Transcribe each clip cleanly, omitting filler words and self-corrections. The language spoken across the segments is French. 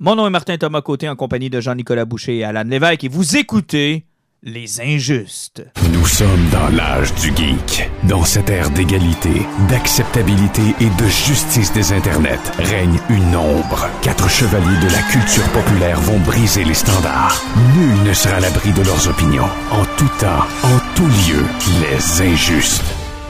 Mon nom est Martin Thomas Côté en compagnie de Jean-Nicolas Boucher et Alan Lévesque et vous écoutez Les Injustes. Nous sommes dans l'âge du geek. Dans cette ère d'égalité, d'acceptabilité et de justice des internets, règne une ombre. 4 chevaliers de la culture populaire vont briser les standards. Nul ne sera à l'abri de leurs opinions. En tout temps, en tout lieu, Les Injustes.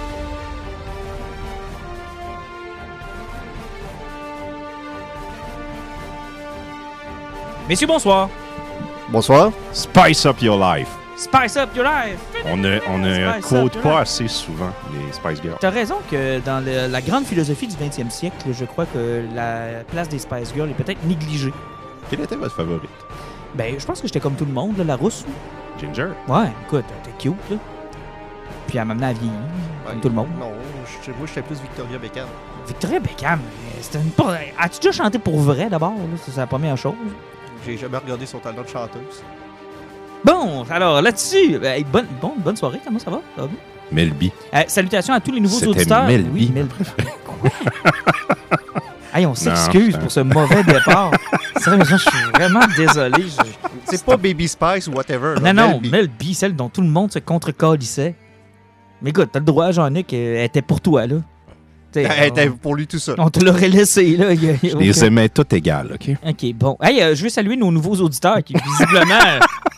Messieurs, bonsoir. Bonsoir. Spice up your life. Spice up your life. On ne Spice quote up your pas life. assez souvent les Spice Girls. T'as raison que dans la grande philosophie du 20e siècle, je crois que la place des Spice Girls est peut-être négligée. Quelle était votre favorite? Ben, je pense que j'étais comme tout le monde, là, la rousse. Ginger? Ouais, écoute, t'es cute, là. Puis elle m'a amené à vieillir, comme tout le monde. Non, moi, j'étais plus Victoria Beckham. Victoria Beckham, c'était une... As-tu déjà chanté pour vrai, d'abord? Là? C'est la première chose. J'ai jamais regardé son talent de chanteuse. Bon, alors là-dessus, bonne soirée, comment ça va? Ça va bien? Melby. Salutations à tous les nouveaux C'était auditeurs. Melby. Oui, Melby. Quoi? Hey, on s'excuse pour ce mauvais départ. Sérieusement, je suis vraiment désolé. C'est pas Baby Spice ou whatever. Non, non, Melby, celle dont tout le monde se contre-calissait. Mais écoute, t'as le droit, Jean-Nic, elle était pour toi, là. Elle était pour lui tout seul. On te l'aurait laissé, là. Je les aimais toutes égales, OK? OK, bon. Hey, je veux saluer nos nouveaux auditeurs qui, visiblement...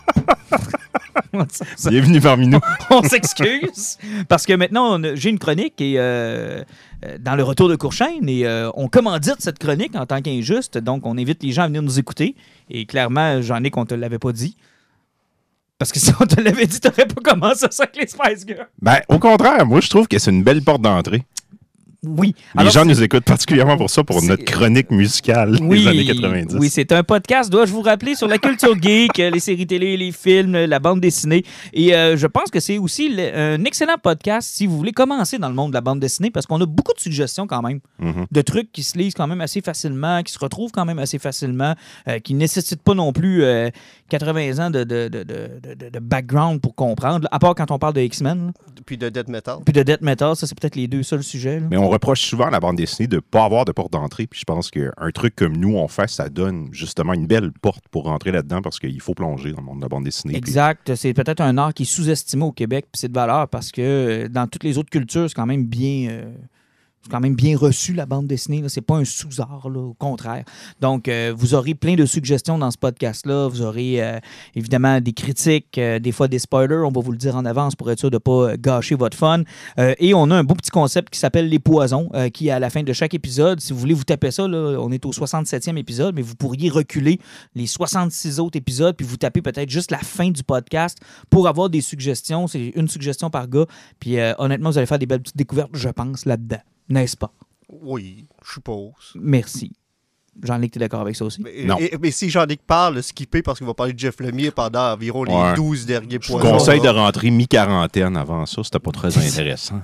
Bienvenue parmi nous. On s'excuse parce que maintenant, j'ai une chronique et, dans le retour de Courchaine et on commandite cette chronique en tant qu'injuste. Donc, on invite les gens à venir nous écouter. Et clairement, Jean-Nic, on te l'avait pas dit. Parce que si on te l'avait dit, t'aurais pas commencé ça avec les Spice Girls. Ben, au contraire, moi, je trouve que c'est une belle porte d'entrée. Oui. Les Alors, gens nous écoutent particulièrement pour ça, pour notre chronique musicale des années 90. Oui, c'est un podcast, dois-je vous rappeler, sur la culture geek, les séries télé, les films, la bande dessinée. Et je pense que c'est aussi un excellent podcast si vous voulez commencer dans le monde de la bande dessinée, parce qu'on a beaucoup de suggestions quand même, de trucs qui se lisent quand même assez facilement, qui se retrouvent quand même assez facilement, qui ne nécessitent pas non plus 80 ans de background pour comprendre, à part quand on parle de X-Men. Puis de Death Metal. Puis de Death Metal, ça c'est peut-être les deux seuls sujets. Là. Mais on reproche souvent à la bande dessinée de ne pas avoir de porte d'entrée. Puis je pense qu'un truc comme nous, on fait, ça donne justement une belle porte pour rentrer là-dedans parce qu'il faut plonger dans le monde de la bande dessinée. Exact. Puis... C'est peut-être un art qui est sous-estimé au Québec, puis c'est de valeur parce que dans toutes les autres cultures, c'est quand même bien... C'est quand même bien reçu, la bande dessinée. Là. C'est pas un sous-art, là, au contraire. Donc, vous aurez plein de suggestions dans ce podcast-là. Vous aurez évidemment des critiques, des fois des spoilers. On va vous le dire en avance pour être sûr de ne pas gâcher votre fun. Et on a un beau petit concept qui s'appelle Les Poisons, qui, à la fin de chaque épisode, si vous voulez vous taper ça, là, on est au 67e épisode, mais vous pourriez reculer les 66 autres épisodes puis vous taper peut-être juste la fin du podcast pour avoir des suggestions. C'est une suggestion par gars. Puis, honnêtement, vous allez faire des belles petites découvertes, je pense, là-dedans. N'est-ce pas? Oui, je suppose. Merci. Jean-Luc, t'es d'accord avec ça aussi? Non. Mais si Jean-Luc parle, skipper parce qu'il va parler de Jeff Lemire pendant environ les 12 derniers Je points. conseille de rentrer mi-quarantaine avant ça. C'était pas très intéressant.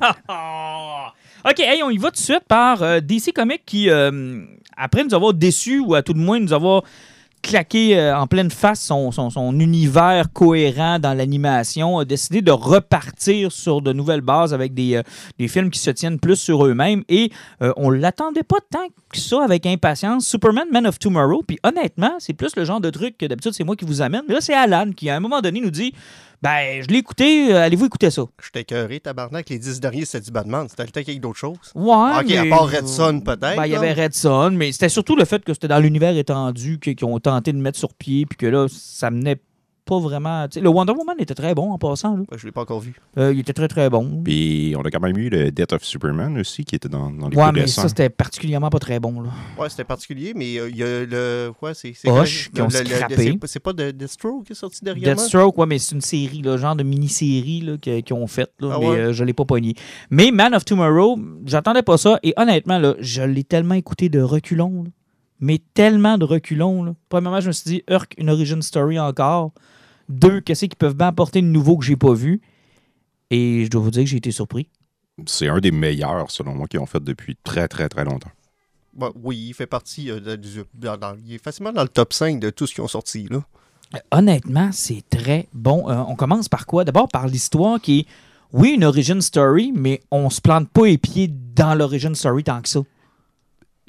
OK, hey, on y va tout de suite par DC Comics qui, après nous avoir déçus ou à tout le moins nous avoir claqué en pleine face son univers cohérent dans l'animation, a décidé de repartir sur de nouvelles bases avec des films qui se tiennent plus sur eux-mêmes. Et on l'attendait pas tant que ça avec impatience. Superman, Man of Tomorrow. Puis honnêtement, c'est plus le genre de truc que d'habitude, c'est moi qui vous amène. Mais là, c'est Alan qui, à un moment donné, nous dit... Ben, je l'ai écouté, allez-vous écouter ça? Je t'ai écœuré, tabarnak. Les 10 derniers, c'était du Batman. C'était le temps qu'il y ait d'autres choses. Ouais, OK, mais... à part Red Son, peut-être. Ben, il y avait Red Son, mais c'était surtout le fait que c'était dans l'univers étendu qu'ils ont tenté de mettre sur pied, puis que là, ça menait pas vraiment... T'sais, le Wonder Woman était très bon en passant. Là. Je l'ai pas encore vu. Il était très, très bon. Puis on a quand même eu le Death of Superman aussi, qui était dans les Ouais, coups mais récents. ça, c'était particulièrement pas très bon. Là. Ouais, c'était particulier, mais il y a le... Ouais, c'est Hush, qui ont scrappé. C'est pas de Deathstroke qui est sorti derrière Deathstroke, ouais, mais c'est une série, là, genre de mini-série là, qu'ils ont faite, là, mais ouais? je l'ai pas pogné. Mais Man of Tomorrow, j'attendais pas ça, et honnêtement, là, je l'ai tellement écouté de reculons, là. Mais tellement de reculons. Là. Premièrement, je me suis dit, une origin story encore. 2, qu'est-ce qu'ils peuvent bien apporter de nouveau que j'ai pas vu? Et je dois vous dire que j'ai été surpris. C'est un des meilleurs, selon moi, qu'ils ont fait depuis très, très, très longtemps. Bon, oui, il fait partie il est facilement dans le top 5 de tout ce qu'ils ont sorti, là. Honnêtement, c'est très bon. On commence par quoi? D'abord par l'histoire qui est, oui, une origin story, mais on se plante pas les pieds dans l'origin story tant que ça.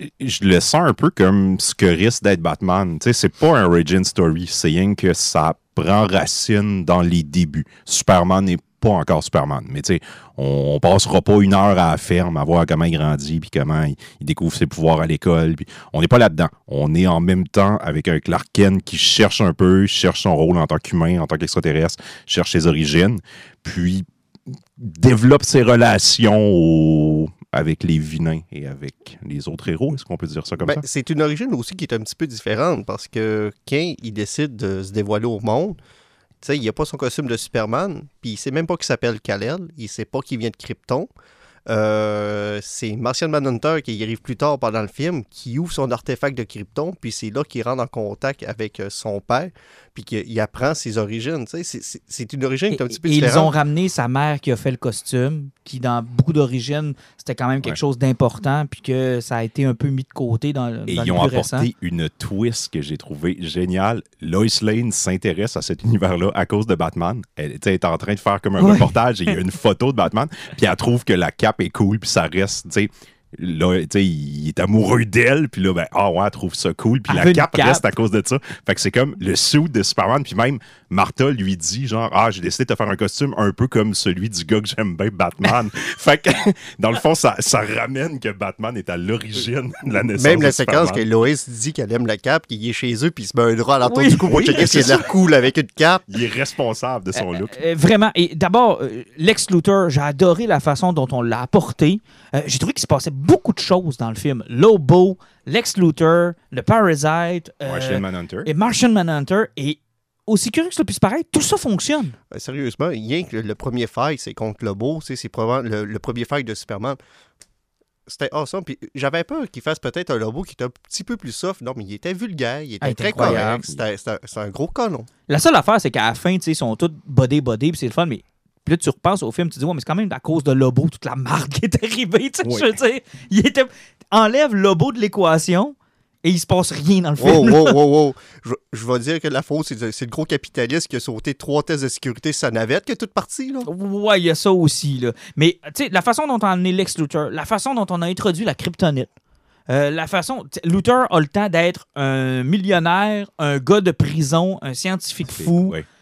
je le sens un peu comme ce que risque d'être Batman. Tu sais, c'est pas un origin story, c'est rien que ça prend racine dans les débuts. Superman n'est pas encore Superman, mais tu sais, on passera pas 1 heure à la ferme à voir comment il grandit puis comment il découvre ses pouvoirs à l'école. Puis on n'est pas là-dedans. On est en même temps avec un Clark Kent qui cherche un peu, cherche son rôle en tant qu'humain, en tant qu'extraterrestre, cherche ses origines, puis développe ses relations avec les vilains et avec les autres héros. Est-ce qu'on peut dire ça comme ça? C'est une origine aussi qui est un petit peu différente parce que quand il décide de se dévoiler au monde, tu sais, il n'a pas son costume de Superman, puis il sait même pas qu'il s'appelle Kal-El, il sait pas qu'il vient de Krypton. C'est Martian Manhunter qui arrive plus tard pendant le film, qui ouvre son artefact de Krypton, puis c'est là qu'il rentre en contact avec son père, puis qu'il apprend ses origines. Tu sais, c'est une origine qui est un petit peu différente. Ils ont ramené sa mère qui a fait le costume, qui dans beaucoup d'origines, c'était quand même quelque chose d'important, puis que ça a été un peu mis de côté dans le Et plus ils ont apporté récent. une twist que j'ai trouvée géniale. Lois Lane s'intéresse à cet univers-là à cause de Batman. Elle est en train de faire comme un reportage et il y a une photo de Batman, puis elle trouve que la cape est cool, puis ça reste, tu sais, là, tu sais, il est amoureux d'elle, puis là, ben, elle trouve ça cool, puis la cape reste à cause de ça. Fait que c'est comme le suit de Superman, puis même Martha lui dit, genre, j'ai décidé de te faire un costume un peu comme celui du gars que j'aime bien, Batman. Fait que, dans le fond, ça ramène que Batman est à l'origine de la naissance Même la de séquence Superman. que Lois dit qu'elle aime la cape, qu'il est chez eux, puis il se met un drap à l'entour du cou pour checker s'il a de l'air cool avec une cape. Il est responsable de son look. Vraiment. Et d'abord, Lex Luthor, j'ai adoré la façon dont on l'a apporté. J'ai trouvé qu'il se passait beaucoup de choses dans le film. Lobo, Lex Luthor, le Parasite, Martian Manhunter. et Martian Manhunter. Et aussi curieux que ça puisse paraître, tout ça fonctionne. Sérieusement, rien que le premier fight, c'est contre Lobo, c'est probablement le premier fight de Superman. C'était awesome. Puis j'avais peur qu'il fasse peut-être un Lobo qui était un petit peu plus soft. Non, mais il était vulgaire, il était très incroyable. correct. C'était un gros colon. La seule affaire, c'est qu'à la fin, tu sais, ils sont tous bodés, puis c'est le fun, mais puis là, tu repenses au film, tu dis, ouais, mais c'est quand même à cause de Lobo, toute la marque qui est arrivée. Tu sais, Oui. je veux dire, enlève Lobo de l'équation et il se passe rien dans le film. Wow. Je vais dire que la faute, c'est le gros capitaliste qui a sauté 3 tests de sécurité sur sa navette qui est toute partie, là. Ouais, il y a ça aussi, là. Mais, tu sais, la façon dont on a amené Lex Luthor, la façon dont on a introduit la kryptonite, la façon... Luthor a le temps d'être un millionnaire, un gars de prison, un scientifique fou. Ouais.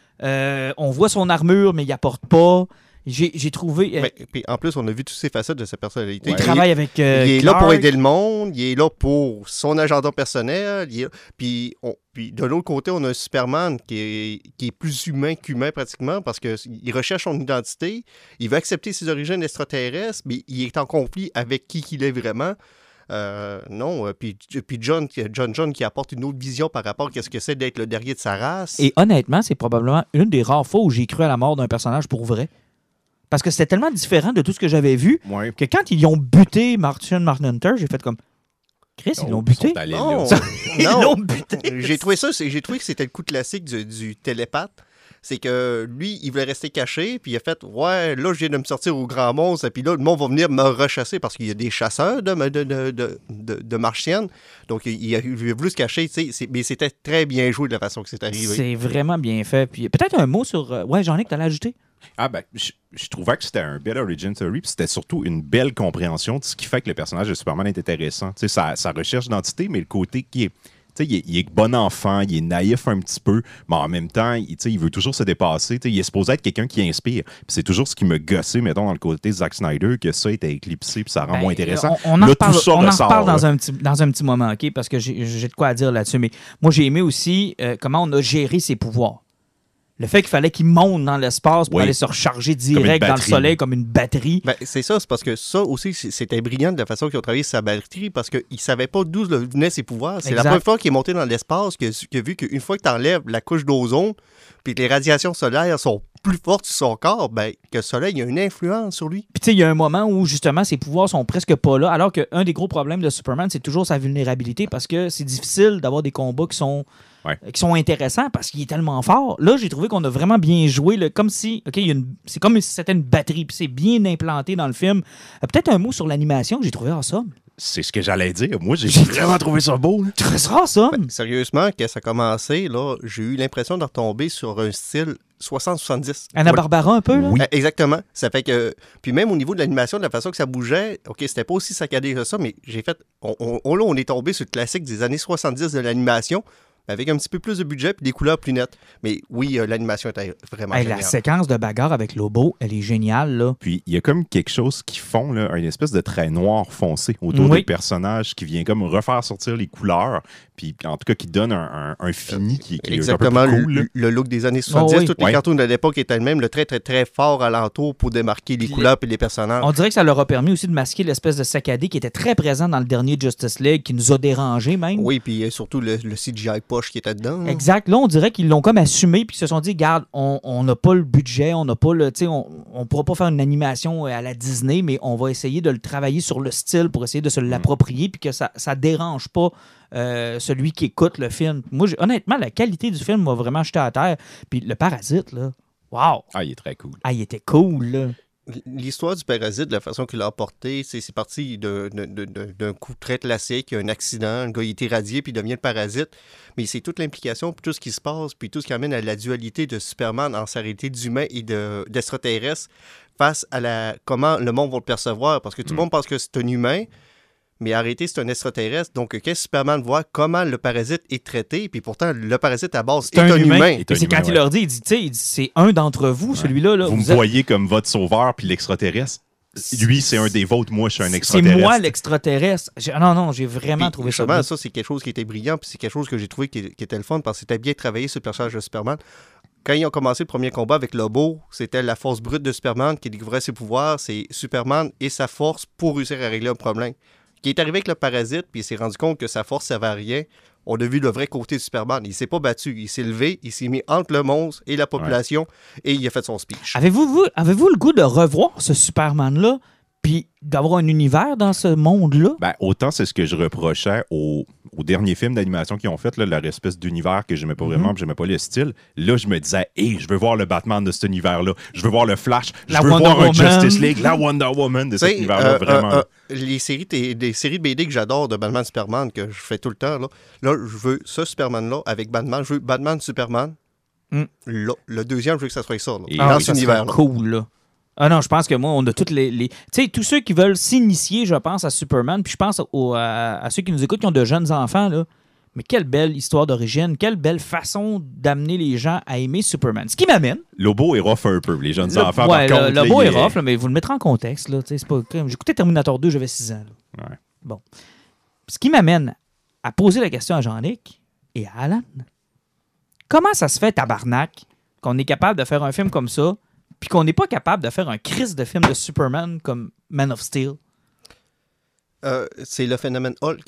On voit son armure, mais il apporte pas. J'ai trouvé... Puis en plus, on a vu toutes ces facettes de sa personnalité. il travaille avec Il est Clark. là pour aider le monde, il est là pour son agenda personnel. Puis de l'autre côté, on a un Superman qui est plus humain qu'humain pratiquement parce qu'il recherche son identité, il veut accepter ses origines extraterrestres, mais il est en conflit avec qui il est vraiment. Puis John qui apporte une autre vision par rapport à ce que c'est d'être le dernier de sa race. Et honnêtement, c'est probablement une des rares fois où j'ai cru à la mort d'un personnage pour vrai. Parce que c'était tellement différent de tout ce que j'avais vu Ouais. que quand ils ont buté Martian Manhunter, j'ai fait comme... Chris, ils l'ont buté. Ils sont allés Non, là. Ils non. l'ont buté. J'ai trouvé que c'était le coup classique du télépathe. C'est que lui, il voulait rester caché, puis il a fait « Ouais, là, je viens de me sortir au grand monstre, et puis là, le monde va venir me rechasser parce qu'il y a des chasseurs de martiennes. » Donc, il a voulu se cacher, tu sais, mais c'était très bien joué de la façon que c'est arrivé. C'est vraiment bien fait. Puis peut-être un mot sur... Ouais, Jean-Nic, t'allais ajouter? Je trouvais que c'était un bel origin story, puis c'était surtout une belle compréhension de ce qui fait que le personnage de Superman est intéressant. Tu sais, sa recherche d'identité, mais le côté qui est... Tu sais, il est bon enfant, il est naïf un petit peu, mais en même temps, il veut toujours se dépasser. Tu sais, il est supposé être quelqu'un qui inspire. Puis c'est toujours ce qui me gossait, mettons, dans le côté de Zack Snyder, que ça était éclipsé, puis ça rend moins intéressant. On en Là, reparle, tout ça on en ressort, reparle là. dans un petit moment, OK? Parce que j'ai de quoi à dire là-dessus. Mais moi, j'ai aimé aussi comment on a géré ses pouvoirs. Le fait qu'il fallait qu'il monte dans l'espace pour aller se recharger direct dans le soleil comme une batterie. Ben, c'est ça, c'est parce que ça aussi, c'était brillant de la façon qu'ils ont travaillé sa batterie parce qu'ils ne savaient pas d'où venaient ses pouvoirs. C'est la première fois qu'il est monté dans l'espace qu'il a vu qu'une fois que tu enlèves la couche d'ozone puis que les radiations solaires sont plus fortes sur son corps, ben, que le soleil il a une influence sur lui. Puis tu sais, il y a un moment où justement ses pouvoirs sont presque pas là, alors qu'un des gros problèmes de Superman, c'est toujours sa vulnérabilité parce que c'est difficile d'avoir des combats qui sont intéressants parce qu'il est tellement fort. Là, j'ai trouvé qu'on a vraiment bien joué, comme si, OK, c'est comme si c'était une batterie, puis c'est bien implanté dans le film. Peut-être un mot sur l'animation que j'ai trouvé awesome. C'est ce que j'allais dire. Moi, j'ai vraiment trouvé ça beau. Là. Très rare, ça. Sérieusement, quand ça a commencé, là, j'ai eu l'impression de retomber sur un style 60-70. Anna-Barbara, un peu, là? Oui. Exactement. Ça fait que... Puis même au niveau de l'animation, de la façon que ça bougeait, OK, c'était pas aussi saccadé que ça, mais j'ai fait... On est tombé sur le classique des années 70 de l'animation, avec un petit peu plus de budget et des couleurs plus nettes. Mais oui, l'animation était vraiment Hey, géniale. la séquence de bagarre avec Lobo, elle est géniale, là. Puis il y a comme quelque chose qui font, là, une espèce de trait noir foncé autour Oui. des personnages qui vient comme refaire sortir les couleurs, puis en tout cas qui donne un fini qui est un peu Exactement, plus cool. Là. le look des années 70. Oh, oui. Tous les cartoons de l'époque étaient le même, le très, très, très fort alentour pour démarquer les couleurs et les personnages. On dirait que ça leur a permis aussi de masquer l'espèce de saccadé qui était très présent dans le dernier Justice League, qui nous a dérangés même. Oui, puis surtout le CGI poche qui était dedans. là. Exact. Là, on dirait qu'ils l'ont comme assumé puis ils se sont dit, regarde, on n'a pas le budget, on n'a pas le, tu sais, on pourra pas faire une animation à la Disney, mais on va essayer de le travailler sur le style pour essayer de se l'approprier puis que ça dérange pas celui qui écoute le film. Moi, honnêtement, la qualité du film m'a vraiment jeté à terre. Puis le Parasite, là, wow! Ah, il est très cool. Ah, il était cool, là. L'histoire du parasite, la façon qu'il l'a apporté, c'est parti d'un coup très classique, un accident, le gars il est irradié puis il devient le parasite, mais c'est toute l'implication, puis tout ce qui se passe, puis tout ce qui amène à la dualité de Superman en sa réalité d'humain et d'extraterrestre face à comment le monde va le percevoir, parce que tout le monde pense que c'est un humain, mais en réalité, c'est un extraterrestre. Donc, qu'est-ce que Superman voit? Comment le parasite est traité? Puis pourtant, le parasite, à base, est un humain. Et c'est quand il leur dit, il dit, c'est un d'entre vous, celui-là. Là, vous me voyez comme votre sauveur, puis l'extraterrestre. Lui, c'est un des vôtres. Moi, je suis un extraterrestre. C'est moi l'extraterrestre. Non, j'ai vraiment trouvé ça bien. Ça, c'est quelque chose qui était brillant, puis c'est quelque chose que j'ai trouvé qui était le fun, parce que c'était bien travaillé sur le personnage de Superman. Quand ils ont commencé le premier combat avec Lobo, c'était la force brute de Superman qui découvrait ses pouvoirs. C'est Superman et sa force pour réussir à régler un problème. Qui est arrivé avec le parasite, puis il s'est rendu compte que sa force servait à rien. On a vu le vrai côté de Superman. Il s'est pas battu. Il s'est levé, il s'est mis entre le monstre et la population, et il a fait son speech. Avez-vous le goût de revoir ce Superman-là, puis d'avoir un univers dans ce monde-là? Ben, autant c'est ce que je reprochais au dernier film d'animation qu'ils ont fait, là, leur espèce d'univers que j'aimais pas vraiment, puis j'aimais pas le style. Là, je me disais, hey, je veux voir le Batman de cet univers-là. Je veux voir le Flash. Je veux voir un Justice League, la Wonder Woman de cet univers-là, vraiment. Les séries de BD que j'adore de Batman Superman, que je fais tout le temps, là je veux ce Superman-là avec Batman. Je veux Batman Superman. Là, le deuxième, je veux que ça soit ça. Là, dans cet univers-là. Cool, là. Ah non, je pense que moi, on a toutes les... Tu sais, tous ceux qui veulent s'initier, je pense, à Superman, puis je pense à ceux qui nous écoutent, qui ont de jeunes enfants, là. Mais quelle belle histoire d'origine, quelle belle façon d'amener les gens à aimer Superman. Ce qui m'amène... Lobo est rough un peu, les jeunes enfants, ouais, par contre. Lobo est rough, là, mais vous le mettrez en contexte, là. C'est pas... J'écoutais Terminator 2, j'avais 6 ans, là. Ouais. Bon. Ce qui m'amène à poser la question à Jean-Nic et à Alan. Comment ça se fait, tabarnak, qu'on est capable de faire un film comme ça, puis qu'on n'est pas capable de faire un Christ de film de Superman comme Man of Steel? C'est le phénomène Hulk.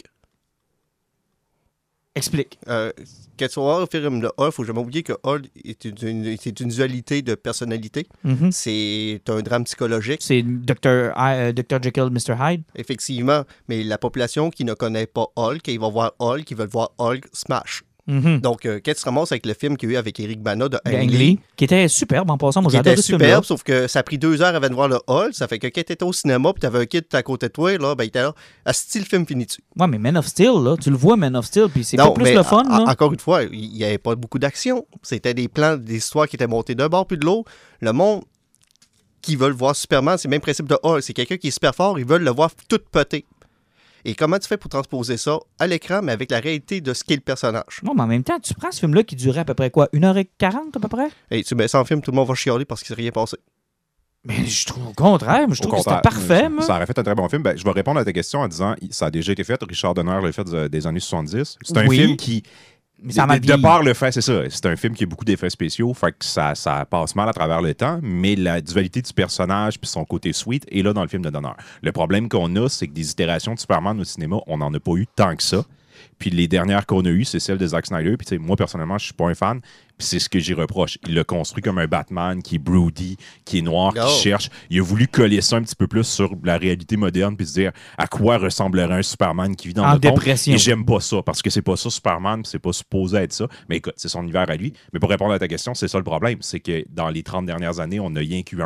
Explique. Quand tu vas voir le film de Hulk, il ne faut jamais oublier que Hulk est une dualité de personnalité. Mm-hmm. C'est un drame psychologique. C'est Dr. Jekyll, Mr. Hyde. Effectivement, mais la population qui ne connaît pas Hulk, ils vont voir Hulk, ils veulent voir Hulk smash. Mm-hmm. Donc, quand tu te ramasses avec le film qu'il y a eu avec Eric Bana de Ang Lee, Lee, qui était superbe en passant. Moi, qui j'adore était ce film-là. superbe, sauf que ça a pris 2 heures avant de voir le Hulk. Ça fait que quand tu étais au cinéma puis tu avais un kid à côté de toi, là, ben, il était là. Asti, le film finit-tu? Ouais, mais Man of Steel, là, tu le vois, Man of Steel, puis c'est pas plus le fun, là. Encore une fois, il n'y avait pas beaucoup d'action. C'était des plans, des histoires qui étaient montées d'un bord puis de l'autre. Le monde qui veut voir Superman, c'est le même principe de Hulk. C'est quelqu'un qui est super fort, ils veulent le voir tout péter. Et comment tu fais pour transposer ça à l'écran, mais avec la réalité de ce qu'est le personnage? Non, mais en même temps, tu prends ce film-là qui durait à peu près quoi? 1h40 à peu près? Et tu mets ça en film, tout le monde va chialer parce qu'il ne s'est rien passé. Mais je trouve au contraire, je trouve que c'était parfait. Ça aurait fait un très bon film. Ben, je vais répondre à ta question en disant ça a déjà été fait. Richard Donner l'a fait des années 70. C'est un film qui... Mais ça de part le fait, c'est ça. C'est un film qui a beaucoup d'effets spéciaux, fait que ça passe mal à travers le temps, mais la dualité du personnage puis son côté sweet est là dans le film de Donner. Le problème qu'on a, c'est que des itérations de Superman au cinéma, on n'en a pas eu tant que ça. Puis les dernières qu'on a eues, c'est celle de Zack Snyder. Puis moi, personnellement, je suis pas un fan. Puis c'est ce que j'y reproche. Il l'a construit comme un Batman qui est broody, qui est noir, qui cherche. Il a voulu coller ça un petit peu plus sur la réalité moderne puis se dire à quoi ressemblerait un Superman qui vit dans en le dépression. Et j'aime pas ça parce que c'est pas ça Superman, puis c'est pas supposé être ça. Mais écoute, c'est son univers à lui. Mais pour répondre à ta question, c'est ça le problème. C'est que dans les 30 dernières années, on n'a rien qu'u un.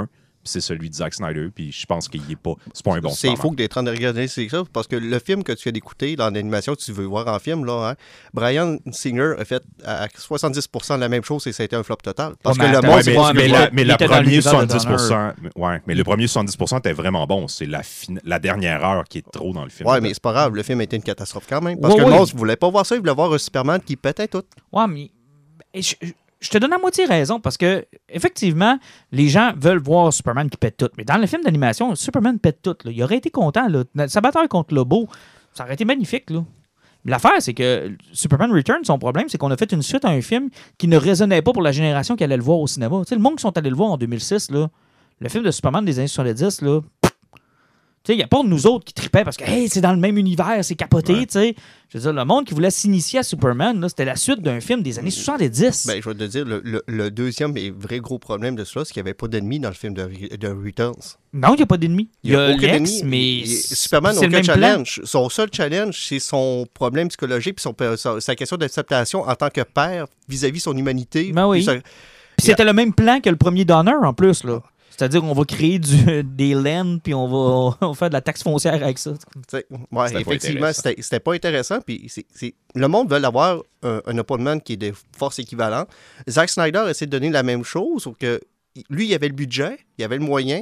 c'est celui de Zack Snyder, puis je pense qu'il est pas... C'est pas un bon C'est Superman. faux que d'être en train de regarder c'est ça, parce que le film que tu viens d'écouter, dans l'animation que tu veux voir en film, là, hein, Bryan Singer a fait à 70% la même chose et ça a été un flop total. Parce Ouais, que mais le attends, monde... Ouais, c'est c'est pas- pas ce que mais je là- vois. mais il le était dans premier l'univers de 70%, ouais, mais le premier 70% était vraiment bon. C'est la dernière heure qui est trop dans le film. Ouais, mais c'est pas grave, le film a été une catastrophe quand même. Parce Ouais, que le ouais. monde ne voulait pas voir ça, il voulait voir un Superman qui pétait tout. Ouais, mais je te donne à moitié raison parce que, effectivement, les gens veulent voir Superman qui pète tout. Mais dans le film d'animation, Superman pète tout. Là. Il aurait été content. Là. Sa bataille contre Lobo, ça aurait été magnifique. Là. L'affaire, c'est que Superman Return, son problème, c'est qu'on a fait une suite à un film qui ne résonnait pas pour la génération qui allait le voir au cinéma. Tu sais, le monde qui sont allés le voir en 2006, là, le film de Superman des années 70, là, il n'y a pas de nous autres qui tripaient parce que hey, c'est dans le même univers, c'est capoté. Ouais. T'sais. Je veux dire, le monde qui voulait s'initier à Superman, là, c'était la suite d'un film des années 70. Ben, je vais te dire, le deuxième et vrai gros problème de cela, c'est qu'il n'y avait pas d'ennemis dans le film de Returns. Non, il n'y a pas d'ennemis. Il y a aucun Lex, ennemi. mais Superman n'a c'est le aucun même plan. challenge. Son seul challenge, c'est son problème psychologique puis sa question d'acceptation en tant que père vis-à-vis son humanité. Ben oui. Puis ça- Puis c'était le même plan que le premier Donner, en plus. Là. C'est-à-dire qu'on va créer des laines, puis on va faire de la taxe foncière avec ça. t'sais, ouais, C'était pas effectivement, intéressant. c'était pas intéressant. Puis le monde veut avoir un opponent qui est de force équivalente. Zack Snyder essaie de donner la même chose, sauf que lui, il avait le budget, il avait le moyen.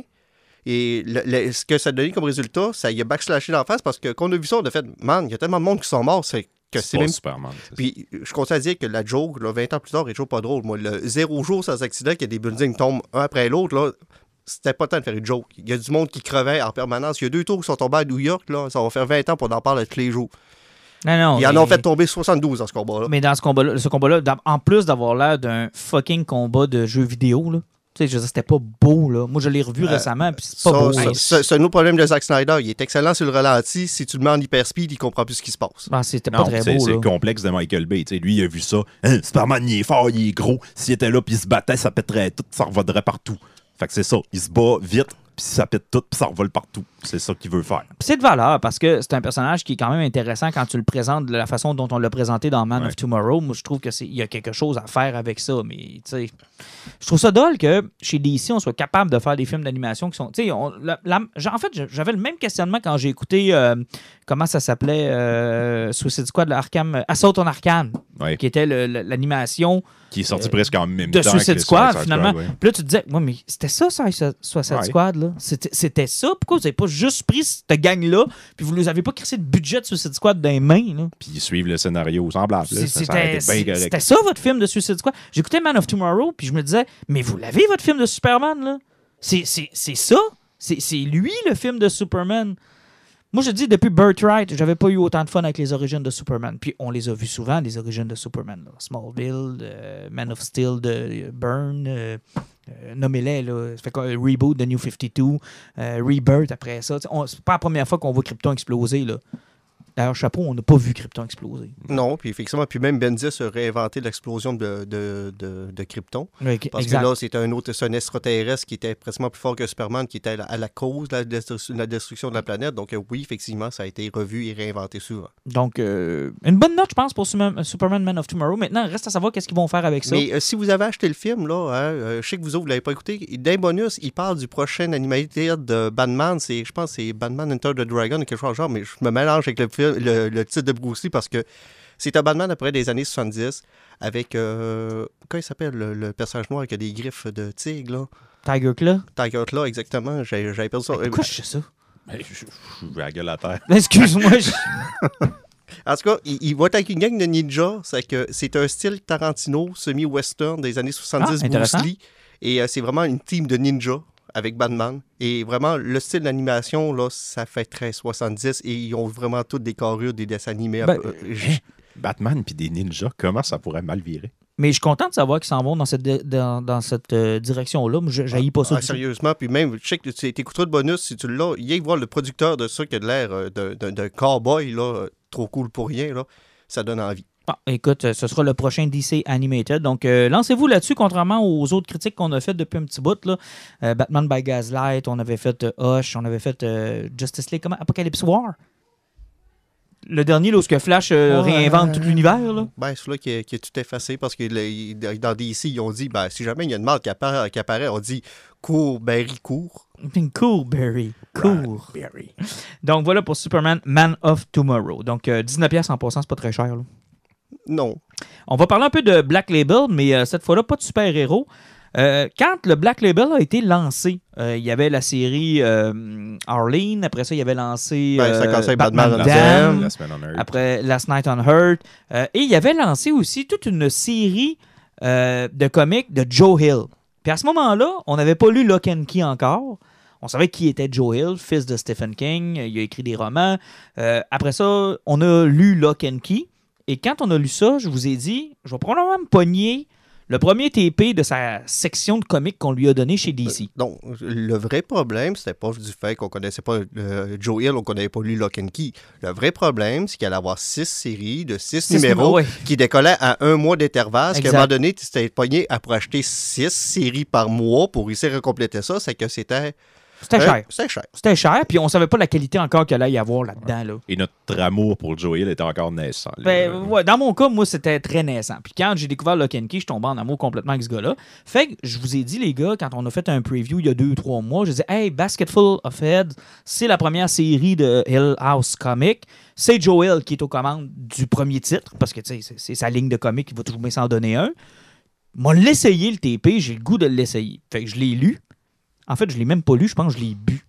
Et ce que ça a donné comme résultat, ça il a backslashé d'en face parce que quand on a vu ça, on a fait, man, il y a tellement de monde qui sont morts, c'est que c'est pas même. Superman. c'est Puis je continue à dire que la joke, là, 20 ans plus tard, est toujours pas drôle. Moi, le 0 jour sans accident, que des buildings tombent un après l'autre, là, c'était pas le temps de faire une joke. Il y a du monde qui crevait en permanence. Il y a 2 tours qui sont tombés à New York, là, ça va faire 20 ans pour en parler tous les jours. Non, Ils en mais- ont fait tomber 72 dans ce combat-là. Mais dans ce combat-là, en plus d'avoir l'air d'un fucking combat de jeux vidéo, là, tu sais, je veux dire, c'était pas beau, là. Moi, je l'ai revu récemment, puis c'est pas beau. là. C'est un autre problème de Zack Snyder. Il est excellent sur le ralenti. Si tu le mets en hyperspeed, il comprend plus ce qui se passe. Ah, c'était pas Non, très c'est beau, c'est là. le complexe de Michael Bay. Tu sais, lui, il a vu ça. Hein, Superman, il est fort, il est gros. S'il était là puis il se battait, ça pèterait tout, ça revolerait partout. Fait que c'est ça. Il se bat vite, puis ça pète tout, puis ça revole partout. C'est ça qu'il veut faire. Puis c'est de valeur parce que c'est un personnage qui est quand même intéressant quand tu le présentes de la façon dont on l'a présenté dans Man Ouais. of Tomorrow. Moi, je trouve qu'il y a quelque chose à faire avec ça. Mais, tu sais, je trouve ça drôle que chez DC, on soit capable de faire des films d'animation qui sont. Tu sais, en fait, j'avais le même questionnement quand j'ai écouté, comment ça s'appelait, Suicide Squad, Assault on Arkham, Ouais. qui était l'animation Qui est sorti presque en même de temps. Suicide que Squad, Suicide finalement. ouais. Puis là, tu te disais, ouais, mais c'était ça, Suicide Ouais. Squad, là. C'était ça. Pourquoi vous n'avez pas juste pris cette gang-là, puis vous ne avez pas crissé de budget de Suicide Squad dans les mains, là? Puis ils suivent le scénario semblable. là. Ça aurait été bien correct. C'était ça, votre film de Suicide Squad. J'écoutais Man of Tomorrow, puis je me disais, mais vous l'avez, votre film de Superman, là? C'est ça? C'est lui, le film de Superman. Moi, je dis, depuis Birthright, j'avais pas eu autant de fun avec les origines de Superman. Puis on les a vus souvent, les origines de Superman. Là. Smallville, Man of Steel de Byrne, nommez-les. Là. Ça fait quoi? Reboot de New 52, Rebirth après ça. C'est pas la première fois qu'on voit Krypton exploser. Là. D'ailleurs, chapeau, on n'a pas vu Krypton exploser. Non, puis effectivement, puis même Bendis a réinventé l'explosion de Krypton. Parce Exact. que là, c'est un extraterrestre qui était pratiquement plus fort que Superman, qui était à la cause de la destruction de la planète. Donc oui, effectivement, ça a été revu et réinventé souvent. Donc, une bonne note, je pense, pour Superman Man of Tomorrow. Maintenant, reste à savoir qu'est-ce qu'ils vont faire avec ça. Mais si vous avez acheté le film, là, hein, je sais que vous autres, vous ne l'avez pas écouté, d'un bonus, il parle du prochain animateur de Batman. Je pense que c'est Batman Enter the Dragon ou quelque chose de genre, mais je me mélange avec le titre de Bruce Lee parce que c'est un Batman après des années 70 avec, comment il s'appelle, le personnage noir qui a des griffes de tigre, là? Tiger Claw. Tiger Claw, exactement. J'avais perdu ça. Pourquoi je sais ça? Ben, je suis la gueule à terre. Excuse-moi. En tout cas, il va être avec une gang de ninjas. C'est un style Tarantino, semi-western des années 70, Bruce intéressant. Lee. Et c'est vraiment une team de ninjas avec Batman. Et vraiment, le style d'animation, là, ça fait très 70. Et ils ont vraiment toutes des carrures, des dessins animés. Ben, Batman puis des ninjas, comment ça pourrait mal virer? Mais je suis content de savoir qu'ils s'en vont dans cette direction-là. Moi, je n'haïs pas ça. du tout. Sérieusement, puis même, je sais que tu écouteras le bonus si tu l'as. Il y a voir le producteur de ça qui a de l'air d'un cowboy, là, trop cool pour rien. Là. Ça donne envie. Ah, écoute, ce sera le prochain DC Animated. Donc, lancez-vous là-dessus, contrairement aux autres critiques qu'on a faites depuis un petit bout. Là. Batman by Gaslight, on avait fait Hush, on avait fait Justice League, comment? Apocalypse War. Le dernier, là, où ce que Flash réinvente tout l'univers, là. Ben, celui-là qui est tout effacé parce que dans DC, ils ont dit, ben, si jamais il y a une marque qui apparaît, on dit cours, Barry, cours. Cool, Barry. Cool. Barry. Donc, voilà pour Superman, Man of Tomorrow. Donc, 19$ en passant, c'est pas très cher, là. Non. On va parler un peu de Black Label, mais cette fois-là, pas de super-héros. Quand le Black Label a été lancé, il y avait la série Arlene, après ça, il y avait lancé Ça commençait avec Batman Damned, La semaine on Earth. après Last Night on Earth, et il y avait lancé aussi toute une série de comics de Joe Hill. Puis à ce moment-là, on n'avait pas lu Lock and Key encore. On savait qui était Joe Hill, fils de Stephen King. Il a écrit des romans. Après ça, on a lu Lock and Key. Et quand on a lu ça, je vous ai dit, je vais probablement me pogner le premier TP de sa section de comics qu'on lui a donné chez DC. Donc, le vrai problème, c'était pas du fait qu'on connaissait pas Joe Hill, on connaissait pas lui Lock and Key. Le vrai problème, c'est qu'il allait avoir 6 séries de 6 numéros ouais. qui décollaient à 1 mois d'intervalle. Exact. Qu'à un moment donné, tu t'es pogné à pour acheter 6 séries par mois pour réussir à compléter ça. C'est que c'était... C'était cher. C'était cher. C'était cher, puis on savait pas la qualité encore qu'il allait y avoir là-dedans. Là. Et notre amour pour Joe Hill était encore naissant. là. Ben, ouais, dans mon cas, moi, c'était très naissant. Puis quand j'ai découvert Lock and Key, je tombais en amour complètement avec ce gars-là. Fait que je vous ai dit, les gars, quand on a fait un preview il y a 2 ou 3 mois, je disais, hey, Basketful of Heads, c'est la première série de Hill House Comics. C'est Joe Hill qui est aux commandes du premier titre, parce que tu sais, c'est sa ligne de comics, il va toujours bien s'en donner un. M'a l'essayer, le TP, j'ai le goût de l'essayer. Fait que je l'ai lu. En fait, je l'ai même pas lu, je pense que je l'ai bu.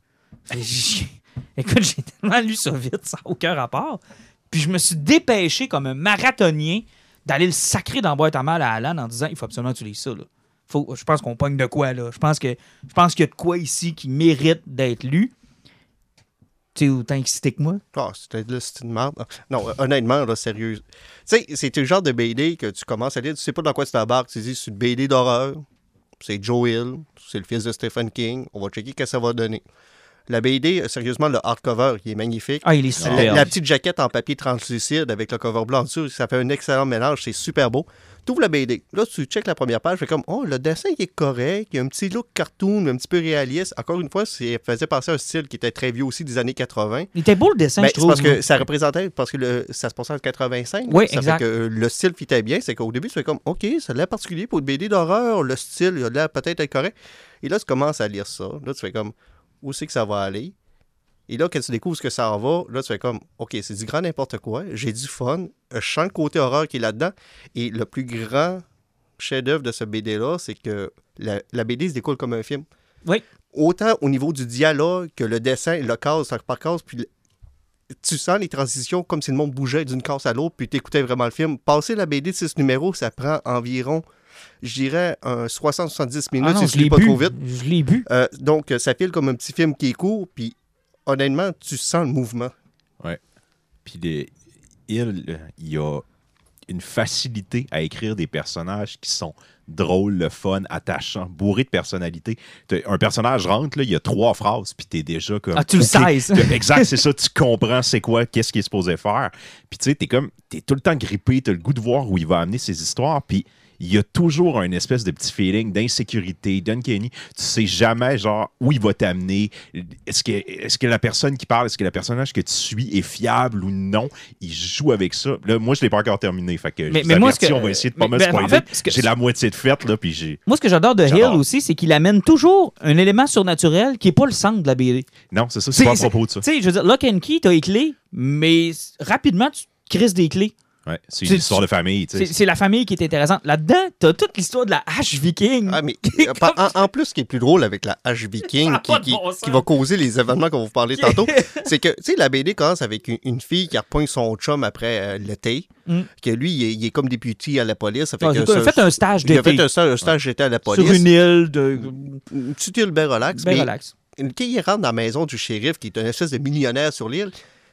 Écoute, j'ai tellement lu ça vite, ça n'a aucun rapport. Puis je me suis dépêché comme un marathonien d'aller le sacrer dans la boîte à mal à Alan en disant il faut absolument que tu lises ça. Là. Je pense qu'on pogne de quoi, là. Je pense qu'il y a de quoi ici qui mérite d'être lu. Tu es autant excité que moi? Ah, c'est une merde. Non, honnêtement, là, sérieux. Tu sais, c'est le genre de BD que tu commences à lire, tu sais pas dans quoi tu t'embarques. Tu dis, c'est une BD d'horreur, c'est Joe Hill, c'est le fils de Stephen King, on va checker ce que ça va donner. La BD, sérieusement, le hardcover, il est magnifique. Ah, il est super. La petite jaquette en papier translucide avec le cover blanc dessus, ça fait un excellent mélange, c'est super beau. Tu ouvres la BD, là, tu checkes la première page, fais comme, oh, le dessin, il est correct, il y a un petit look cartoon, un petit peu réaliste. Encore une fois, ça faisait penser à un style qui était très vieux aussi des années 80. Il était beau, le dessin, Ben, je c'est trouve. parce que ça représentait, parce que ça se passait en 85. Oui, ça exact. fait que le style fitait bien. C'est qu'au début, tu fais comme, OK, ça a l'air particulier pour une BD d'horreur. Le style, il a l'air peut-être être correct. Et là, tu commences à lire ça. Là, tu fais comme, où c'est que ça va aller? Et là, quand tu découvres ce que ça en va, là, tu fais comme, OK, c'est du grand n'importe quoi. J'ai du fun. Je sens le côté horreur qui est là-dedans. Et le plus grand chef-d'œuvre de ce BD-là, c'est que la BD se découle comme un film. Oui. Autant au niveau du dialogue que le dessin, le case par case, puis tu sens les transitions comme si le monde bougeait d'une case à l'autre, puis tu écoutais vraiment le film. Passer la BD de 6 numéros, ça prend environ, je dirais, 60-70 minutes Ah non, si tu lis pas trop vite. Je l'ai bu. Donc, ça file comme un petit film qui est court, puis honnêtement, tu sens le mouvement. Ouais. Puis il y a une facilité à écrire des personnages qui sont drôles, le fun, attachants, bourrés de personnalité. Un personnage rentre, là, il y a 3 phrases, puis t'es déjà comme... Ah, tu le sais, ça. Exact, c'est ça, tu comprends c'est quoi, qu'est-ce qu'il est supposé faire. Puis tu sais, t'es tout le temps grippé, t'as le goût de voir où il va amener ses histoires, puis il y a toujours un espèce de petit feeling d'insécurité, d'uncanny. Tu sais jamais, genre, où il va t'amener. Est-ce que la personne qui parle, est-ce que le personnage que tu suis est fiable ou non? Il joue avec ça. Là, moi, je ne l'ai pas encore terminé. Fait que mais moi, on va essayer de pas me spoiler. En fait, j'ai la moitié de faite, là, puis j'ai... Moi, ce que j'adore de J'adore. Hill aussi, c'est qu'il amène toujours un élément surnaturel qui n'est pas le centre de la BD. Non, c'est ça, c'est pas à propos de ça. Tu sais, je veux dire, Lock and Key, t'as les clés, mais rapidement, tu crises des clés. Ouais, c'est une histoire de famille, tu sais. C'est la famille qui est intéressante. Là-dedans, t'as toute l'histoire de la hache viking. Ah, mais en plus, ce qui est plus drôle avec la hache viking, Ça a pas de bon sens. qui va causer les événements qu'on va vous parler tantôt, c'est que, tu sais, la BD commence avec une fille qui repogne son chum après l'été, que lui, il est comme député à la police. Ça fait Ah, que il a fait un stage d'été. Il a fait un stage d'été à la police. Sur une île de... Une petite île bien relax. Ben mais relax. Quand il rentre dans la maison du shérif, qui est une espèce de millionnaire sur l'île,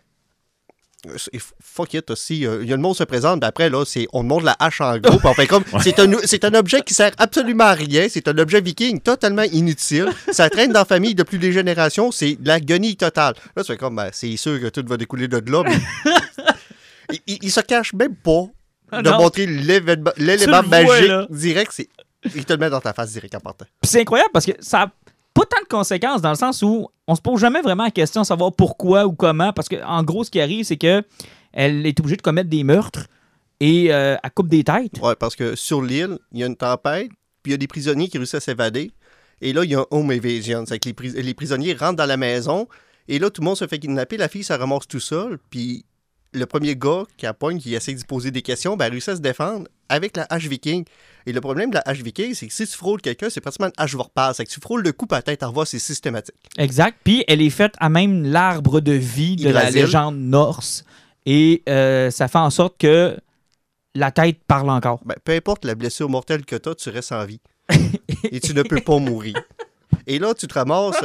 fuck it aussi. Il y a le mot se présente, puis après, là, on montre la hache en gros, puis on fait comme. C'est un objet qui sert absolument à rien. C'est un objet viking totalement inutile. Ça traîne dans la famille depuis des générations. C'est de la guenille totale. Là, tu fais comme, ben, c'est sûr que tout va découler de là, mais il se cache même pas de non. montrer l'élément Tu le vois, magique là. direct. Il te le met dans ta face direct en partant. Puis c'est incroyable parce que ça n'a pas tant de conséquences dans le sens où on se pose jamais vraiment la question de savoir pourquoi ou comment. Parce que en gros, ce qui arrive, c'est que elle est obligée de commettre des meurtres et elle coupe des têtes. Ouais, parce que sur l'île, il y a une tempête, puis il y a des prisonniers qui réussissent à s'évader. Et là, il y a un home evasion. C'est que les prisonniers rentrent dans la maison, et là, tout le monde se fait kidnapper. La fille, ça ramasse tout seul, puis le premier gars qui appogne, qui essaie d'y poser des questions, ben, elle réussit à se défendre avec la hache viking. Et le problème de la hache viking, c'est que si tu frôles quelqu'un, c'est pratiquement une hache repasse. C'est que tu frôles le coup à tête en revoir, c'est systématique. Exact. Puis elle est faite à même l'arbre de vie de la légende norse. Et ça fait en sorte que la tête parle encore. Ben, peu importe la blessure mortelle que tu restes en vie. Et tu ne peux pas mourir. Et là, tu te ramasses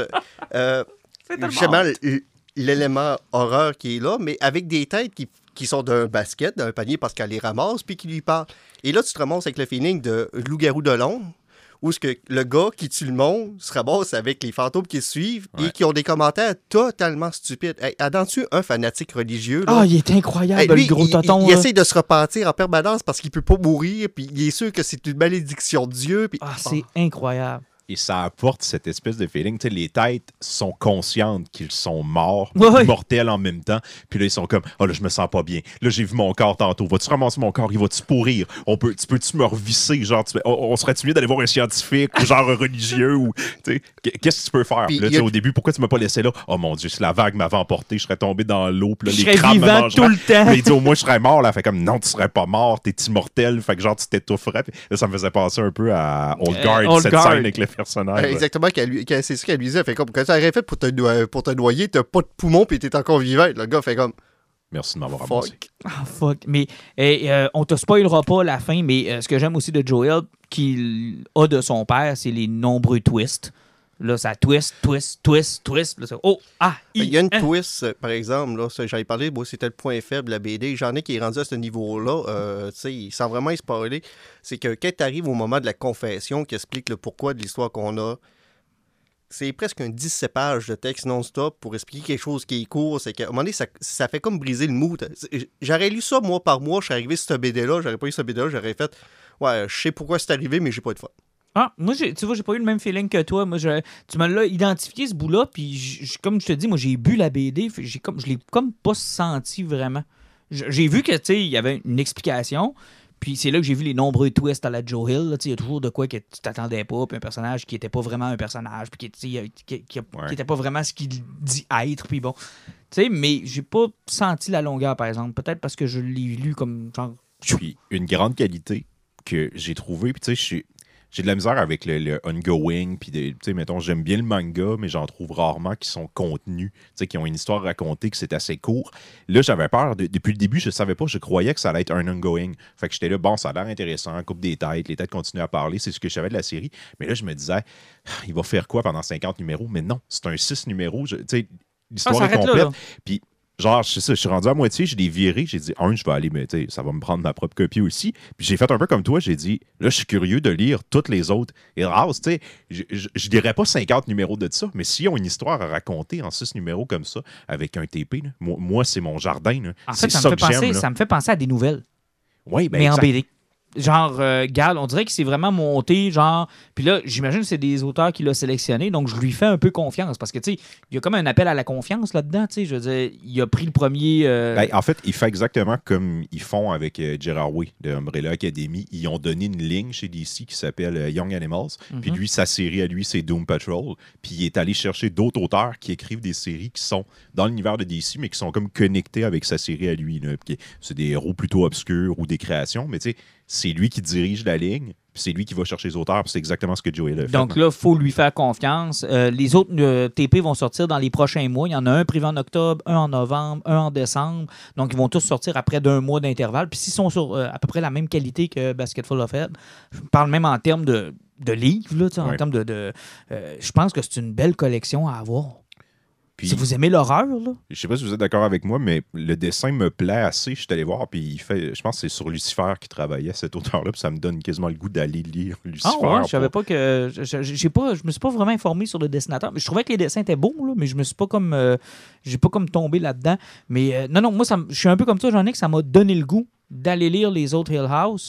justement l'élément horreur qui est là, mais avec des têtes qui sont d'un basket, d'un panier parce qu'elle les ramasse, puis qui lui parle. Et là, tu te ramasses avec le feeling de loup-garou de Londres, où ce que le gars qui tue le monde se ramasse avec les fantômes qui suivent et qui ont des commentaires totalement stupides. Hey, attends-tu un fanatique religieux? Là? Ah, il est incroyable, lui, le gros tonton. Il essaie de se repentir en permanence parce qu'il peut pas mourir, puis il est sûr que c'est une malédiction de Dieu. Puis... c'est incroyable. Et ça apporte cette espèce de feeling. Tu sais, les têtes sont conscientes qu'ils sont morts, mortels en même temps. Puis là, ils sont comme, là, je me sens pas bien. Là, j'ai vu mon corps tantôt. Vas-tu ramasser mon corps? Il va-tu pourrir? Tu peux-tu me revisser? Genre, on serait-tu mieux d'aller voir un scientifique ou genre un religieux? Ou, qu'est-ce que tu peux faire? Puis là, au début, pourquoi tu m'as pas laissé là? Oh mon Dieu, si la vague m'avait emporté, je serais tombé dans l'eau. Puis là, les crabes me mangeraient. Tout le temps. Mais il dit, au moins, je serais mort. Là. Fait comme, non, tu serais pas mort. T'es immortel. Fait que genre, tu t'étoufferais. Puis là, ça me faisait penser un peu à Old Guard, cette scène avec les personnages. Exactement, c'est ce qu'elle lui disait. Fait comme, quand tu aurais fait pour te noyer, t'as pas de poumon puis t'es encore vivant. Le gars fait comme... Merci de m'avoir ramassé. Fuck. Mais on te spoilera pas la fin, mais ce que j'aime aussi de Joel, qu'il a de son père, c'est les nombreux twists. Là, ça twist. Là, ça... Il y a une twist, par exemple, là, j'en ai parlé, c'était le point faible de la BD. J'en ai qui est rendu à ce niveau-là, sans vraiment y spoiler. C'est que quand tu arrives au moment de la confession qui explique le pourquoi de l'histoire qu'on a, c'est presque un 17 pages de texte non-stop pour expliquer quelque chose qui est court. C'est qu'à un moment donné, ça fait comme briser le mood. J'aurais lu ça mois par mois, je serais arrivé sur cette BD-là, j'aurais pas eu cette BD-là, j'aurais fait « Ouais, je sais pourquoi c'est arrivé, mais j'ai pas eu de fun. » Moi, tu vois, j'ai pas eu le même feeling que toi. Moi, tu me l'as identifié, ce bout-là, puis comme je te dis, moi, j'ai bu la BD, je l'ai comme pas senti vraiment. J'ai vu que, tu sais, il y avait une explication, puis c'est là que j'ai vu les nombreux twists à la Joe Hill. Il y a toujours de quoi que tu t'attendais pas, puis un personnage qui était pas vraiment un personnage, puis qui était pas vraiment ce qu'il dit être, puis bon. Tu sais, mais j'ai pas senti la longueur, par exemple. Peut-être parce que je l'ai lu comme genre... Puis une grande qualité que j'ai trouvée, puis tu sais, j'ai de la misère avec le ongoing, puis tu sais, mettons, j'aime bien le manga, mais j'en trouve rarement qui sont contenus, tu sais, qui ont une histoire racontée, que c'est assez court. Là, j'avais peur, depuis le début, je savais pas, je croyais que ça allait être un ongoing. Fait que j'étais là, bon, ça a l'air intéressant, coupe des têtes, les têtes continuent à parler, c'est ce que je savais de la série. Mais là, je me disais, il va faire quoi pendant 50 numéros? Mais non, c'est un 6 numéros, tu sais, l'histoire est complète. Là. Puis genre, je suis rendu à moitié, je l'ai viré, j'ai dit, je vais aller, mais ça va me prendre ma propre copie aussi. Puis j'ai fait un peu comme toi, j'ai dit, là, je suis curieux de lire toutes les autres. Et House, tu sais, je dirais pas 50 numéros de ça, mais s'ils ont une histoire à raconter en 6 numéros comme ça, avec un TP, là, moi, c'est mon jardin. Là. En fait, ça me fait penser à des nouvelles. Oui, ben mais exact. En BD. Genre, Gal, on dirait qu'il s'est vraiment monté, genre... Puis là, j'imagine que c'est des auteurs qui l'ont sélectionné, donc je lui fais un peu confiance, parce que, tu sais, il y a comme un appel à la confiance là-dedans, tu sais, je veux dire, il a pris le premier... Ben, en fait, il fait exactement comme ils font avec Gerard Way de Umbrella Academy. Ils ont donné une ligne chez DC qui s'appelle Young Animals, puis lui, sa série à lui, c'est Doom Patrol, puis il est allé chercher d'autres auteurs qui écrivent des séries qui sont dans l'univers de DC, mais qui sont comme connectés avec sa série à lui, là. C'est des héros plutôt obscurs ou des créations, mais tu sais, c'est lui qui dirige la ligne, puis c'est lui qui va chercher les auteurs, puis c'est exactement ce que Joel a fait. Donc là, il faut lui faire confiance. Les autres TP vont sortir dans les prochains mois. Il y en a un privé en octobre, un en novembre, un en décembre. Donc, ils vont tous sortir après d'un mois d'intervalle. Puis s'ils sont sur à peu près la même qualité que Basketful of Head, je parle même en termes de livres, là, en termes de je pense que c'est une belle collection à avoir. Puis, si vous aimez l'horreur, là. Je sais pas si vous êtes d'accord avec moi, mais le dessin me plaît assez. Je suis allé voir, puis je pense que c'est sur Lucifer qui travaillait, cet auteur-là, puis ça me donne quasiment le goût d'aller lire Lucifer. Ah ouais, je savais pas que... Je me suis pas vraiment informé sur le dessinateur. Je trouvais que les dessins étaient beaux, là, mais je me suis pas comme... j'ai pas comme tombé là-dedans. Mais non, moi, je suis un peu comme ça, Jean-Nic, ça m'a donné le goût d'aller lire les autres Hill House.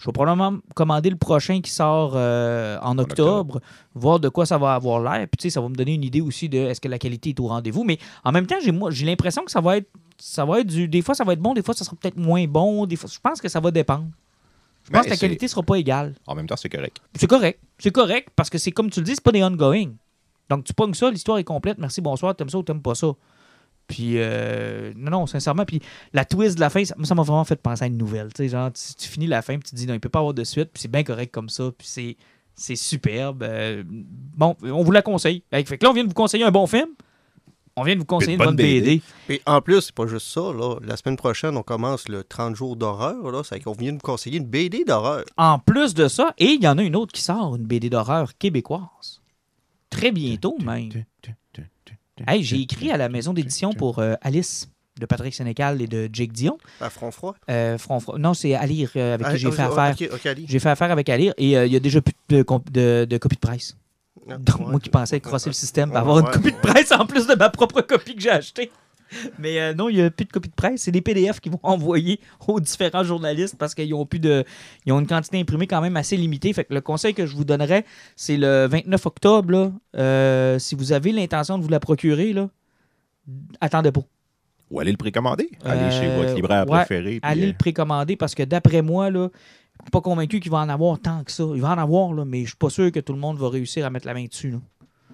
Je vais probablement commander le prochain qui sort en octobre, voir de quoi ça va avoir l'air. Puis, tu sais, ça va me donner une idée aussi de est-ce que la qualité est au rendez-vous. Mais en même temps, j'ai l'impression que ça va être des fois, ça va être bon, des fois, ça sera peut-être moins bon. Des fois, je pense que ça va dépendre. Je pense que la qualité ne sera pas égale. En même temps, c'est correct. C'est correct. C'est correct parce que c'est comme tu le dis, c'est pas des ongoing. Donc, tu pognes ça, l'histoire est complète. Merci, bonsoir, t'aimes ça ou t'aimes pas ça. Puis, non, sincèrement. Puis, la twist de la fin, ça m'a vraiment fait penser à une nouvelle. Tu sais, genre, tu finis la fin, puis tu te dis, non, il peut pas avoir de suite. Puis, c'est bien correct comme ça. Puis, c'est superbe. Bon, on vous la conseille. Fait que là, on vient de vous conseiller un bon film. On vient de vous conseiller une bonne BD. Et en plus, c'est pas juste ça. Là. La semaine prochaine, on commence le 30 jours d'horreur. Là. C'est qu'on vient de vous conseiller une BD d'horreur. En plus de ça, et il y en a une autre qui sort, une BD d'horreur québécoise. Très bientôt, même. Hey, j'ai écrit à la maison d'édition pour Alice de Patrick Sénécal et de Jake Dion. À front froid? Non, c'est Alire avec qui j'ai fait affaire. Okay, j'ai fait affaire avec Alire et il y a déjà plus de copie de presse. Donc, moi qui pensais crosser le système pour avoir une copie de presse en plus de ma propre copie que j'ai achetée. Mais non, il n'y a plus de copie de presse. C'est des PDF qu'ils vont envoyer aux différents journalistes parce qu'ils ont une quantité imprimée quand même assez limitée. Fait que le conseil que je vous donnerais, c'est le 29 octobre. Là, si vous avez l'intention de vous la procurer, là, attendez pas. Ou allez le précommander. Allez chez votre libraire préféré. Allez le précommander parce que d'après moi, là, je ne suis pas convaincu qu'il va en avoir tant que ça. Il va en avoir, là, mais je ne suis pas sûr que tout le monde va réussir à mettre la main dessus. Là.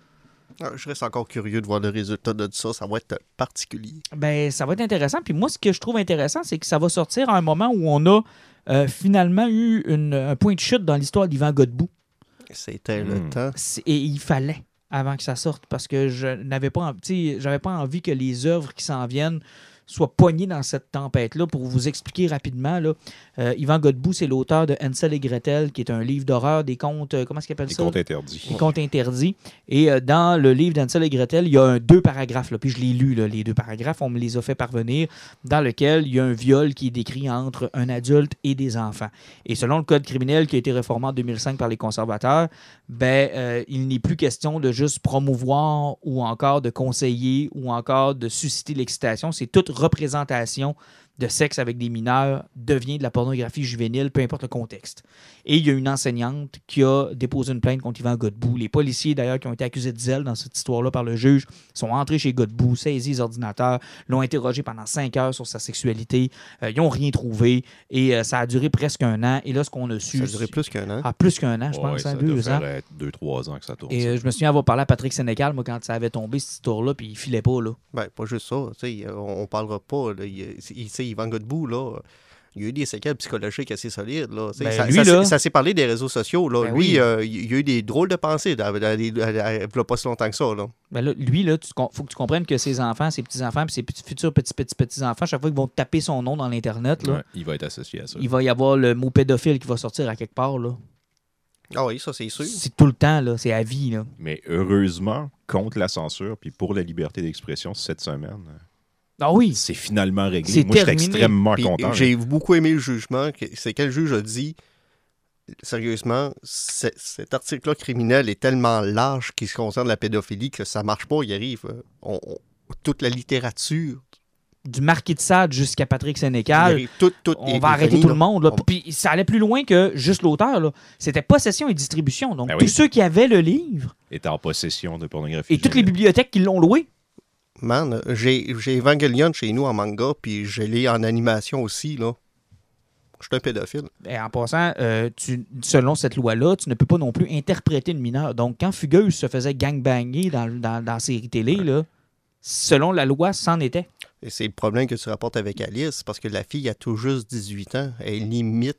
Je reste encore curieux de voir le résultat de ça. Ça va être particulier. Ben, ça va être intéressant. Puis moi, ce que je trouve intéressant, c'est que ça va sortir à un moment où on a finalement eu un point de chute dans l'histoire d'Yvan Godbout. C'était le temps. Et il fallait avant que ça sorte parce que j'avais pas envie que les œuvres qui s'en viennent soient pognées dans cette tempête-là. Pour vous expliquer rapidement, là, Yvan Godbout, c'est l'auteur de Hansel et Gretel, qui est un livre d'horreur, des contes, comment est-ce qu'il appelle ça? Des contes interdits. Des contes interdits. Et dans le livre d'Hansel et Gretel, il y a 2 paragraphes, là, puis je l'ai lu, là, les 2 paragraphes, on me les a fait parvenir, dans lequel il y a un viol qui est décrit entre un adulte et des enfants. Et selon le code criminel qui a été réformé en 2005 par les conservateurs, il n'est plus question de juste promouvoir ou encore de conseiller ou encore de susciter l'excitation. C'est toute représentation de sexe avec des mineurs devient de la pornographie juvénile, peu importe le contexte. Et il y a une enseignante qui a déposé une plainte contre Yvan Godbout. Les policiers, d'ailleurs, qui ont été accusés de zèle dans cette histoire-là par le juge, sont entrés chez Godbout, saisi les ordinateurs, l'ont interrogé pendant 5 heures sur sa sexualité. Ils n'ont rien trouvé et ça a duré presque 1 an. Et là, ce qu'on a su... Ça a duré plus qu'1 an? Ah, plus qu'1 an, je pense, ça 2 ans. Ça doit 2-3 ans que ça tourne. Et je me souviens avoir parlé à Patrick Sénécal, moi, quand ça avait tombé, cette histoire-là, puis il filait pas, là. Ben, pas juste ça. On parlera pas. Là, Yvan Godbout, là, il y a eu des séquelles psychologiques assez solides. Là. Ça s'est parlé des réseaux sociaux. Là. Ben lui, il y a eu des drôles de pensées il n'y a pas si longtemps que ça. Là. Ben là, lui, il faut que tu comprennes que ses enfants, ses petits-enfants puis ses futurs petits-enfants, chaque fois qu'ils vont taper son nom dans l'Internet, là, il va être associé à ça. Il va y avoir le mot pédophile qui va sortir à quelque part. Là. Ah oui, ça, c'est sûr. C'est tout le temps, là, c'est à vie. Là. Mais heureusement, contre la censure puis pour la liberté d'expression cette semaine... Ah oui. C'est finalement réglé. C'est Moi, je suis terminé. extrêmement Puis, content. J'ai beaucoup aimé le jugement. C'est quel juge a dit, sérieusement, cet article-là criminel est tellement large qui se concerne la pédophilie que ça marche pas. Il arrive. Toute la littérature. Du Marquis de Sade jusqu'à Patrick Sénécal. On va arrêter fini, tout le monde. Là. On... Puis ça allait plus loin que juste l'auteur. Là. C'était possession et distribution. Donc, Ben tous oui. ceux qui avaient le livre Est en possession de pornographie. et toutes les bibliothèques qui l'ont loué. Man, j'ai Evangelion chez nous en manga, puis je l'ai en animation aussi, là. Je suis un pédophile. Ben, en passant, selon cette loi-là, tu ne peux pas non plus interpréter une mineure. Donc, quand Fugueuse se faisait gangbanger dans la série télé, là, selon la loi, c'en était. Et c'est le problème que tu rapportes avec Alice, parce que la fille a tout juste 18 ans. Elle limite.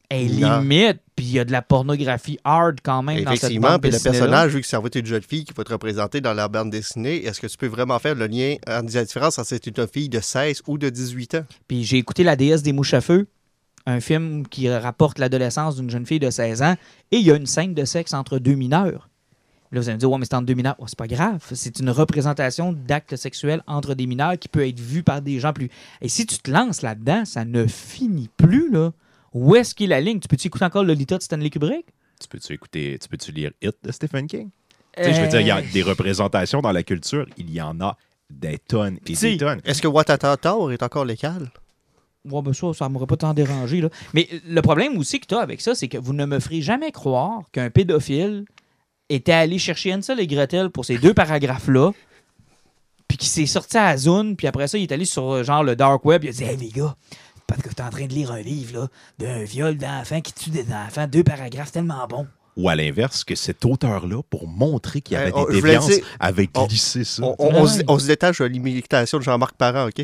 Limite, puis il y a de la pornographie hard quand même dans cette Effectivement, bande puis le dessinée-là. personnage, vu que ça va être une jeune fille qui va te représenter dans la bande dessinée, est-ce que tu peux vraiment faire le lien, la différence entre c'est une fille de 16 ou de 18 ans? Puis j'ai écouté La déesse des mouches à feu, un film qui rapporte l'adolescence d'une jeune fille de 16 ans, et il y a une scène de sexe entre 2 mineurs. Là, vous allez me dire, ouais, mais c'est entre 2 mineurs. Oh, c'est pas grave. C'est une représentation d'actes sexuels entre des mineurs qui peut être vue par des gens plus... Et si tu te lances là-dedans, ça ne finit plus, là. Où est-ce qu'il est la ligne? Tu peux-tu écouter encore Lolita de Stanley Kubrick? Tu peux-tu lire It de Stephen King? Tu sais, je veux dire, il y a des représentations dans la culture. Il y en a des tonnes et des tonnes. Est-ce que Watatata est encore légal? Ouais, ben ça m'aurait pas tant dérangé. Là. Mais le problème aussi que tu as avec ça, c'est que vous ne me ferez jamais croire qu'un pédophile était allé chercher Hansel et Gretel pour ces 2 paragraphes-là, puis qu'il s'est sorti à la Zune, puis après ça, il est allé sur genre le dark web, il a dit « Hey les gars, parce que t'es en train de lire un livre là, d'un viol d'enfants qui tue des enfants, 2 paragraphes tellement bons. » Ou à l'inverse, que cet auteur-là, pour montrer qu'il y avait je des voulais déviances, dire, avait glissé ça. On se détache de l'imitation de Jean-Marc Parent, OK?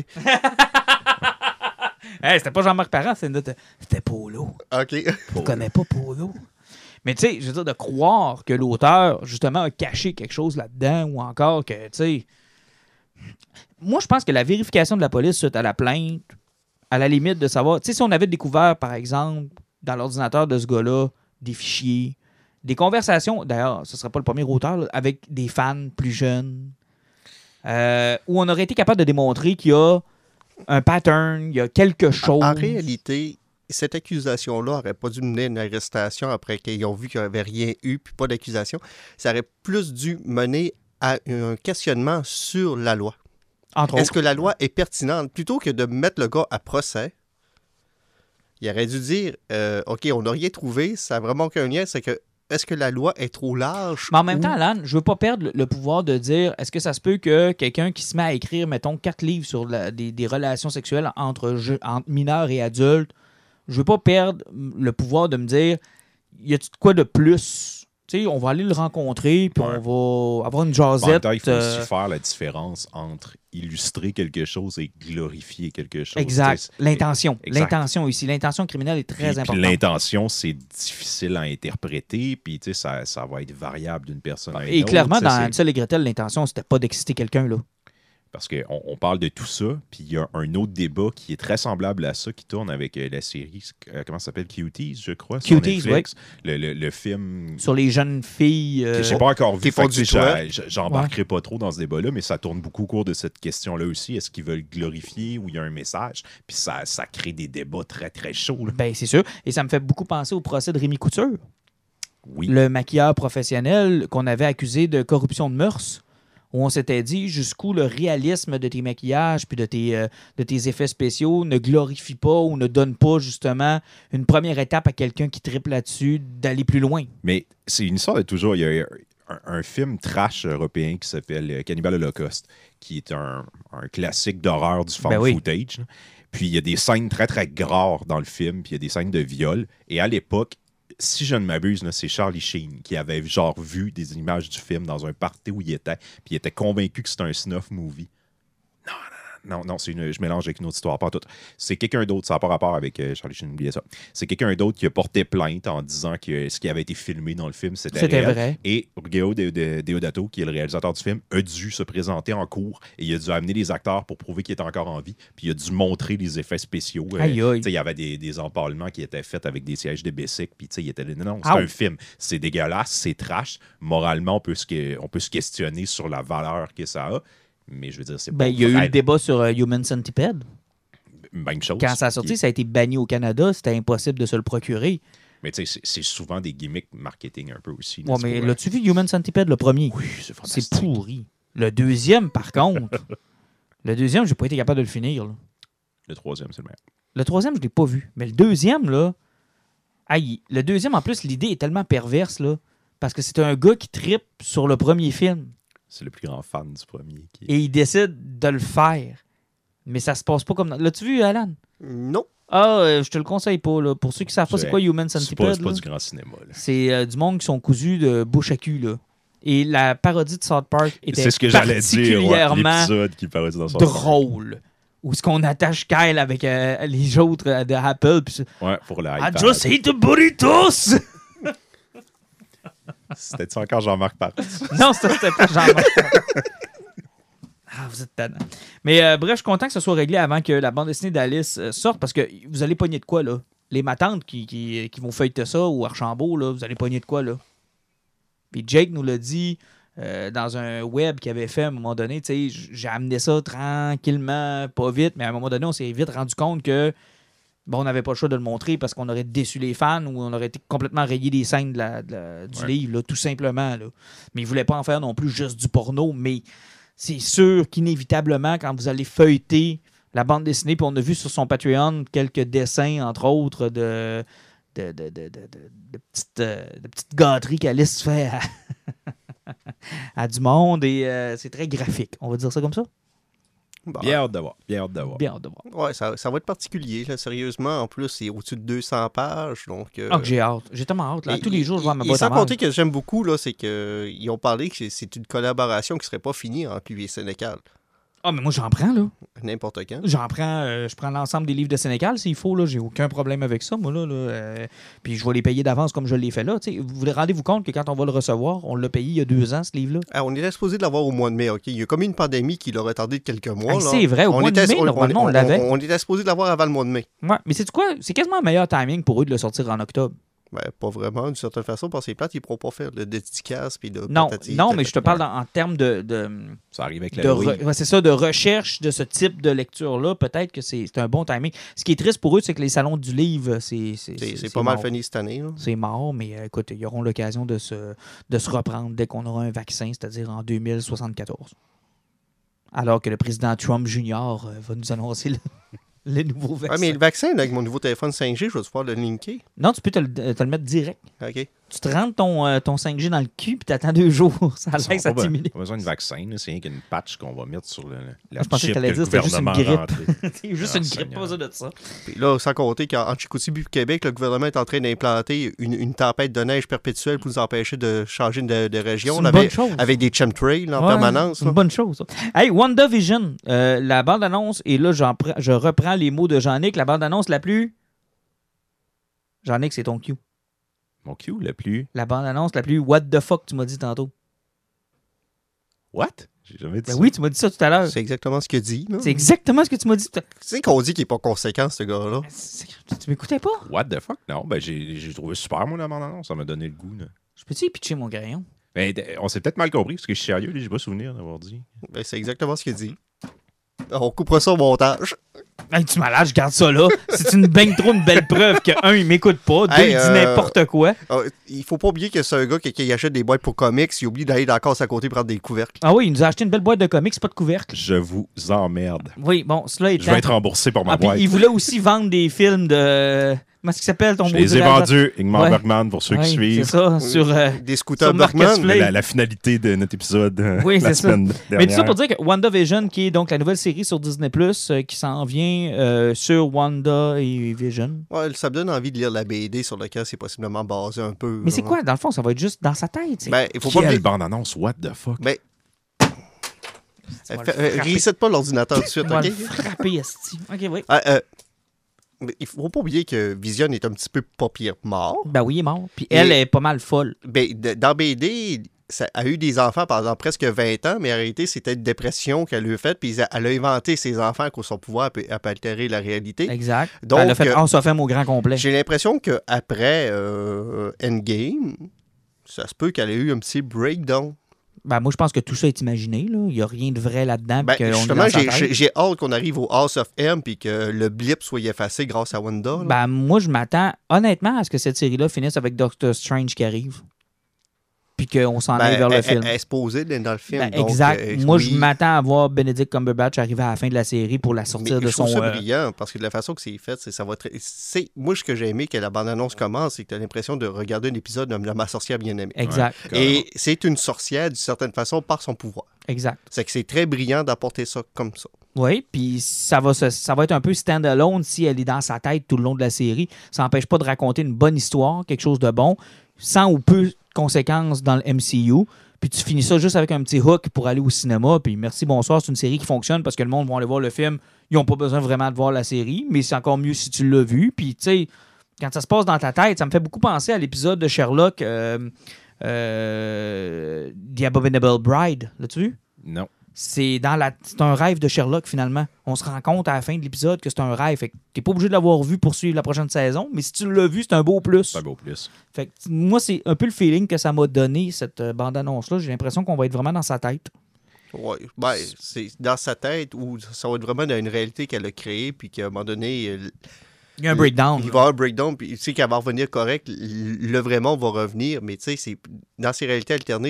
Hey, c'était pas Jean-Marc Parent, c'était Polo. OK. Tu connais pas Polo. Mais tu sais, je veux dire, de croire que l'auteur, justement, a caché quelque chose là-dedans ou encore que, tu sais... Moi, je pense que la vérification de la police suite à la plainte, à la limite de savoir... Tu sais, si on avait découvert, par exemple, dans l'ordinateur de ce gars-là, des fichiers, des conversations, d'ailleurs, ce ne serait pas le premier auteur, là, avec des fans plus jeunes, où on aurait été capable de démontrer qu'il y a un pattern, il y a quelque chose. En réalité, cette accusation-là n'aurait pas dû mener à une arrestation après qu'ils ont vu qu'il n'y avait rien eu, puis pas d'accusation. Ça aurait plus dû mener à un questionnement sur la loi. Est-ce que la loi est pertinente? Plutôt que de mettre le gars à procès, il aurait dû dire OK, on n'a rien trouvé, ça n'a vraiment aucun lien, c'est que est-ce que la loi est trop large? Mais en même temps, Alan, je veux pas perdre le pouvoir de dire est-ce que ça se peut que quelqu'un qui se met à écrire, mettons, 4 livres sur des relations sexuelles entre mineurs et adultes, je veux pas perdre le pouvoir de me dire y a-tu de quoi de plus? Tu sais, on va aller le rencontrer, puis on va avoir une jasette. Il faut aussi faire la différence entre illustrer quelque chose et glorifier quelque chose. Exact. L'intention. Exact. L'intention ici. L'intention criminelle est très importante. Puis l'intention, c'est difficile à interpréter, puis tu sais, ça va être variable d'une personne à une autre. Et clairement, dans Hansel et Gretel, l'intention, c'était pas d'exciter quelqu'un, là. Parce qu'on parle de tout ça, puis il y a un autre débat qui est très semblable à ça, qui tourne avec la série, comment ça s'appelle, Cuties, je crois, sur Netflix. Le film... Sur les jeunes filles... que je n'ai pas encore vu, j'embarquerai Ouais. pas trop dans ce débat-là, mais ça tourne beaucoup au cours de cette question-là aussi. Est-ce qu'ils veulent glorifier ou il y a un message? Puis ça crée des débats très, très chauds. Là. Ben, c'est sûr. Et ça me fait beaucoup penser au procès de Rémi Couture. Oui. Le maquilleur professionnel qu'on avait accusé de corruption de mœurs, où on s'était dit jusqu'où le réalisme de tes maquillages puis de tes effets spéciaux ne glorifie pas ou ne donne pas justement une première étape à quelqu'un qui triple là-dessus d'aller plus loin. Mais c'est une histoire de toujours. Il y a un film trash européen qui s'appelle Cannibal Holocaust, qui est un classique d'horreur du found footage. Là. Puis il y a des scènes très, très graves dans le film, puis il y a des scènes de viol. Et à l'époque, si je ne m'abuse, là, c'est Charlie Sheen qui avait genre vu des images du film dans un party où il était, puis il était convaincu que c'était un snuff movie. Non, je mélange avec une autre histoire, pas tout. C'est quelqu'un d'autre, ça n'a pas rapport avec Charlie Sheen, oubliez ça. C'est quelqu'un d'autre qui a porté plainte en disant que ce qui avait été filmé dans le film, c'était réel. Vrai. Et Ruggero Deodato, qui est le réalisateur du film, a dû se présenter en cours et il a dû amener les acteurs pour prouver qu'il était encore en vie, puis il a dû montrer les effets spéciaux. Aïe, aïe. Il y avait des empalements qui étaient faits avec des sièges de bicycle, puis il était non, c'est un film, c'est dégueulasse, c'est trash. Moralement, on peut se questionner sur la valeur que ça a. Mais je veux dire, c'est pas... Il y a eu le débat sur Human Centipede. Même chose. Quand ça a sorti, ça a été banni au Canada. C'était impossible de se le procurer. Mais tu sais, c'est souvent des gimmicks marketing un peu aussi. Ouais, mais l'as-tu vu Human Centipede, le premier? Oui, c'est fantastique. C'est pourri. Le deuxième, par contre, j'ai pas été capable de le finir. Là. Le troisième, c'est le meilleur. Le troisième, je l'ai pas vu. Mais le deuxième, là... le deuxième, en plus, l'idée est tellement perverse, là. Parce que c'est un gars qui trippe sur le premier film. C'est le plus grand fan du premier. Et il décide de le faire. Mais ça se passe pas comme... L'as-tu vu, Alan? Non. Je te le conseille pas. Là. Pour ceux qui savent pas c'est quoi Human Centipede, c'est pas du grand cinéma. Là. C'est du monde qui sont cousus de bouche à cul. Là. Et la parodie de South Park était c'est ce que j'allais dire, l'épisode qui parodie dans South drôle. Park. Où est-ce qu'on attache Kyle avec les autres de Apple. Ouais, pour le I just hate the burritos! C'était-tu encore Jean-Marc Parent? Non, c'était pas Jean-Marc Parent. Vous êtes tannant. Mais bref, je suis content que ce soit réglé avant que la bande dessinée d'Alice sorte, parce que vous allez pogner de quoi, là? Les matantes qui vont feuilleter ça, ou Archambault, là, vous allez pogner de quoi, là? Puis Jake nous l'a dit dans un web qu'il avait fait à un moment donné, tu sais, j'ai amené ça tranquillement, pas vite, mais à un moment donné, on s'est vite rendu compte que on n'avait pas le choix de le montrer parce qu'on aurait déçu les fans ou on aurait été complètement rayé des scènes du livre, là, tout simplement. Là. Mais ils ne voulaient pas en faire non plus juste du porno, mais c'est sûr qu'inévitablement, quand vous allez feuilleter la bande dessinée, puis on a vu sur son Patreon quelques dessins, entre autres, de petites gâteries qu'Alice fait à du monde, et c'est très graphique. On va dire ça comme ça? Bon, Bien hâte de voir. Bien hâte de voir. ouais, ça va être particulier, là, sérieusement. En plus, c'est au-dessus de 200 pages. Donc, Que j'ai hâte. J'ai tellement hâte. Là. Tous les jours, je vois ma boîte à mal. Sans compter que j'aime beaucoup, là, c'est qu'ils ont parlé que c'est une collaboration qui serait pas finie entre lui et Sénécal. Ah, mais moi, j'en prends, là. N'importe quand. J'en prends, je prends l'ensemble des livres de Sénécal s'il faut, là. J'ai aucun problème avec ça, moi, là. Puis je vais les payer d'avance comme je l'ai fait là. T'sais, vous rendez-vous compte que quand on va le recevoir, on l'a payé il y a 2 ans, ce livre-là? On était supposé de l'avoir au mois de mai, OK? Il y a comme une pandémie qui l'a retardé de quelques mois. Là. C'est vrai, au mois de mai, normalement, on l'avait. On était supposé de l'avoir avant le mois de mai. Ouais, mais c'est quoi? C'est quasiment un meilleur timing pour eux de le sortir en octobre. Ben, pas vraiment, d'une certaine façon, parce que c'est plate, ils ne pourront pas faire de dédicace puis de non, patati, non, mais je te parle en termes de ça arrive avec la ouais, c'est ça, de recherche de ce type de lecture-là. Peut-être que c'est un bon timing. Ce qui est triste pour eux, c'est que les salons du livre, c'est pas mal mort. fini cette année. Là. C'est mort, mais écoute, ils auront l'occasion de se reprendre dès qu'on aura un vaccin, c'est-à-dire en 2074. Alors que le président Trump Jr. Va nous annoncer le nouveau vaccin. Ah, mais le vaccin, là, avec mon nouveau téléphone 5G, je vais pouvoir le linker. Non, tu peux te le mettre direct. OK. Tu te rentres ton 5G dans le cul puis t'attends 2 jours. Ça a l'air Pas timide. besoin de vaccin, c'est rien qu'une patch qu'on va mettre sur la je pensais chip que t'allais dire que c'était juste une grippe. C'est juste une grippe, pas besoin de ça. Puis là, sans compter qu'en Chicoutimi et Québec, le gouvernement est en train d'implanter une tempête de neige perpétuelle pour nous empêcher de changer de région. C'est une bonne chose. Avec des chemtrails en permanence. C'est une bonne chose. Ça. Hey, WandaVision, la bande-annonce, et là, je reprends les mots de Jean-Nic, la bande-annonce la plus... Jean-Nic, c'est ton cue. Mon cue, le plus... La bande-annonce la plus what the fuck, tu m'as dit tantôt. What? J'ai jamais dit ça. Oui, tu m'as dit ça tout à l'heure. C'est exactement ce qu'il dit. C'est exactement ce que tu m'as dit. Tu sais qu'on dit qu'il n'est pas conséquent, ce gars-là. Tu m'écoutais pas? What the fuck? Non, ben j'ai trouvé super, moi, la bande-annonce. Ça m'a donné le goût. Là. Je peux-tu y pitcher mon crayon? Ben, on s'est peut-être mal compris, parce que je suis sérieux, j'ai pas souvenir d'avoir dit. Ben, c'est exactement ce qu'il dit. On coupera ça au montage. Hey, tu malade, je garde ça là. C'est une belle preuve que, un, il m'écoute pas, deux, il dit n'importe quoi. Il faut pas oublier que c'est un gars qui achète des boîtes pour comics, il oublie d'aller dans la casse à côté prendre des couvercles. Ah oui, il nous a acheté une belle boîte de comics, pas de couvercle. Je vous emmerde. Oui, bon, cela étant... Je vais être remboursé pour ma boîte. Il voulait aussi vendre des films de... Comment est-ce qu'il s'appelle ton Je les ai vendus, Ingmar Bergman, pour ceux qui suivent. C'est ça, sur... des scooters Bergman. La finalité de notre épisode oui, la semaine dernière. Mais tout ça pour dire que WandaVision, qui est donc la nouvelle série sur Disney+, qui s'en vient sur Wanda et Vision. Ouais, ça me donne envie de lire la BD sur laquelle c'est possiblement basé un peu. Mais c'est quoi, dans le fond? Ça va être juste dans sa tête. Ben, il faut Quelle pas bande-annonce? What the fuck? Ben... reset pas l'ordinateur tout de suite, OK? OK? Frapper, esti. OK, oui. Mais il faut pas oublier que Vision est un petit peu pas pire mort. Ben oui, il est mort. Puis elle est pas mal folle. Ben, dans BD, ça a eu des enfants pendant presque 20 ans, mais en réalité, c'était une dépression qu'elle a eu faite, puis elle a inventé ses enfants que son pouvoir peut altérer la réalité. Exact. Donc, elle a fait House of M au grand complet. J'ai l'impression qu'après Endgame, ça se peut qu'elle ait eu un petit breakdown. Ben, moi, je pense que tout ça est imaginé. Là. Il n'y a rien de vrai là-dedans. Ben, justement, j'ai hâte qu'on arrive au House of M puis que le blip soit effacé grâce à Wanda. Là. Ben, moi, je m'attends honnêtement à ce que cette série-là finisse avec Doctor Strange qui arrive. Puis qu'on s'en aille vers le film. Elle est supposée dans le film. Ben, donc, exact. Moi, je m'attends à voir Benedict Cumberbatch arriver à la fin de la série pour la sortir de son... Je trouve ça brillant, parce que de la façon que c'est fait, ça va être... Moi, ce que j'ai aimé que la bande-annonce commence, c'est que tu as l'impression de regarder un épisode de Ma sorcière bien-aimée. Exact. Ouais, et c'est une sorcière, d'une certaine façon, par son pouvoir. Exact. C'est que c'est très brillant d'apporter ça comme ça. Oui, puis ça va être un peu stand-alone si elle est dans sa tête tout le long de la série. Ça n'empêche pas de raconter une bonne histoire, quelque chose de bon, sans ou peu de conséquences dans le MCU. Puis tu finis ça juste avec un petit hook pour aller au cinéma. Puis merci, bonsoir, c'est une série qui fonctionne parce que le monde va aller voir le film. Ils n'ont pas besoin vraiment de voir la série, mais c'est encore mieux si tu l'as vu. Puis tu sais, quand ça se passe dans ta tête, ça me fait beaucoup penser à l'épisode de Sherlock, The Abominable Bride. L'as-tu vu? Non. C'est un rêve de Sherlock, finalement. On se rend compte à la fin de l'épisode que c'est un rêve. Fait que t'es pas obligé de l'avoir vu pour suivre la prochaine saison, mais si tu l'as vu, c'est un beau plus. C'est un beau plus. Fait que moi, c'est un peu le feeling que ça m'a donné, cette bande-annonce-là. J'ai l'impression qu'on va être vraiment dans sa tête. Oui, ben, c'est dans sa tête ou ça va être vraiment dans une réalité qu'elle a créée, puis qu'à un moment donné... Il y a un breakdown. Il va y avoir un breakdown, puis tu sais qu'elle va revenir correct, le vrai monde va revenir, mais tu sais, dans ces réalités alternées,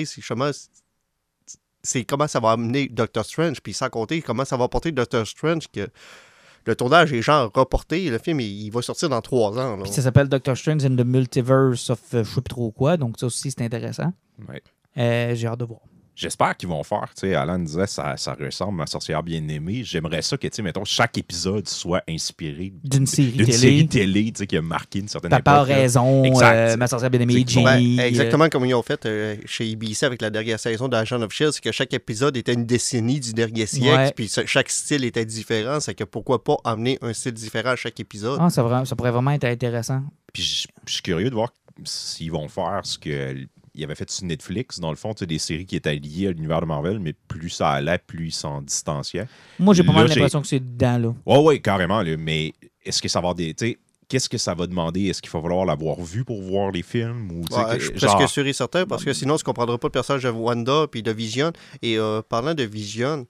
c'est comment ça va amener Doctor Strange, puis sans compter comment ça va porter Doctor Strange que le tournage est genre reporté. Le film, il va sortir dans 3 ans. Là. Puis ça s'appelle Doctor Strange in the Multiverse of je sais plus trop quoi. Donc ça aussi, c'est intéressant. Ouais. J'ai hâte de voir. J'espère qu'ils vont faire, tu sais, Alan disait ça ressemble à Sorcière bien-aimée. J'aimerais ça que, tu sais, mettons, chaque épisode soit inspiré D'une série télé, tu sais, qui a marqué une certaine Papa a époque. raison, Exact. Ma sorcière bien-aimée, Ben, Jenny. exactement comme ils ont fait chez ABC avec la dernière saison d'Agent of S.H.I.E.L.D., c'est que chaque épisode était une décennie du dernier siècle, Ouais. puis chaque style était différent, c'est que pourquoi pas amener un style différent à chaque épisode. Ça pourrait vraiment être intéressant. Puis je suis curieux de voir s'ils vont faire ce qu'ils avaient fait sur Netflix, dans le fond, tu sais, des séries qui étaient liées à l'univers de Marvel, mais plus ça allait, plus ils s'en distanciaient. Moi, j'ai pas Là, mal l'impression que c'est dedans, là. Oui, carrément, là, mais est-ce que ça va avoir des... tu sais, qu'est-ce que ça va demander? Est-ce qu'il va falloir l'avoir vu pour voir les films? Ou, Ouais, je suis presque sûr et certain, parce que sinon, tu ne comprendras pas le personnage de Wanda puis de Vision. Et parlant de Vision,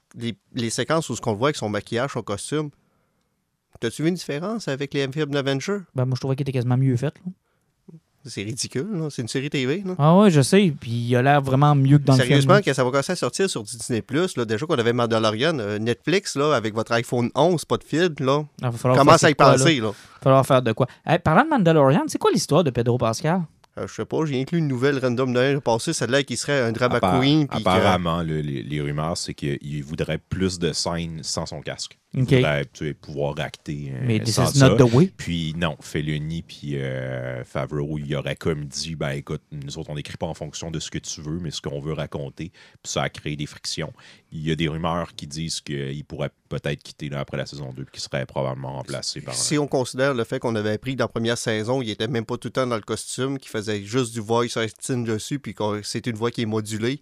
les séquences où ce qu'on le voit avec son maquillage, son costume, t'as-tu vu une différence avec les films d'Avengers? Ben, moi, je trouvais qu'il était quasiment mieux fait, là. C'est ridicule, là. C'est une série TV. Là. Ah ouais, je sais. Puis il a l'air vraiment mieux que dans le film. Sérieusement, quand ça va commencer à sortir sur Disney+, là, déjà qu'on avait Mandalorian, Netflix, là, avec votre iPhone 11, pas de fil, là, Il va falloir commence faire à y de quoi, penser. là. Là. Il va falloir faire de quoi. Hey, parlant de Mandalorian, c'est quoi l'histoire de Pedro Pascal? Je sais pas, j'ai inclus une nouvelle random de l'année passée, celle-là qui serait un drama queen. Puis Apparemment, les rumeurs, c'est qu'il voudrait plus de scènes sans son casque. Il OK. voudrait pouvoir acter Mais this sans is not ça. the way. Puis non, Filoni puis Favreau, il aurait comme dit, ben écoute, nous autres, on n'écrit pas en fonction de ce que tu veux, mais ce qu'on veut raconter. Puis ça a créé des frictions. Il y a des rumeurs qui disent qu'il pourrait peut-être quitter là, après la saison 2 puis qu'il serait probablement remplacé par... Si on considère le fait qu'on avait appris dans la première saison, il était même pas tout le temps dans le costume, qu'il faisait juste du voice acting dessus, puis que c'est une voix qui est modulée.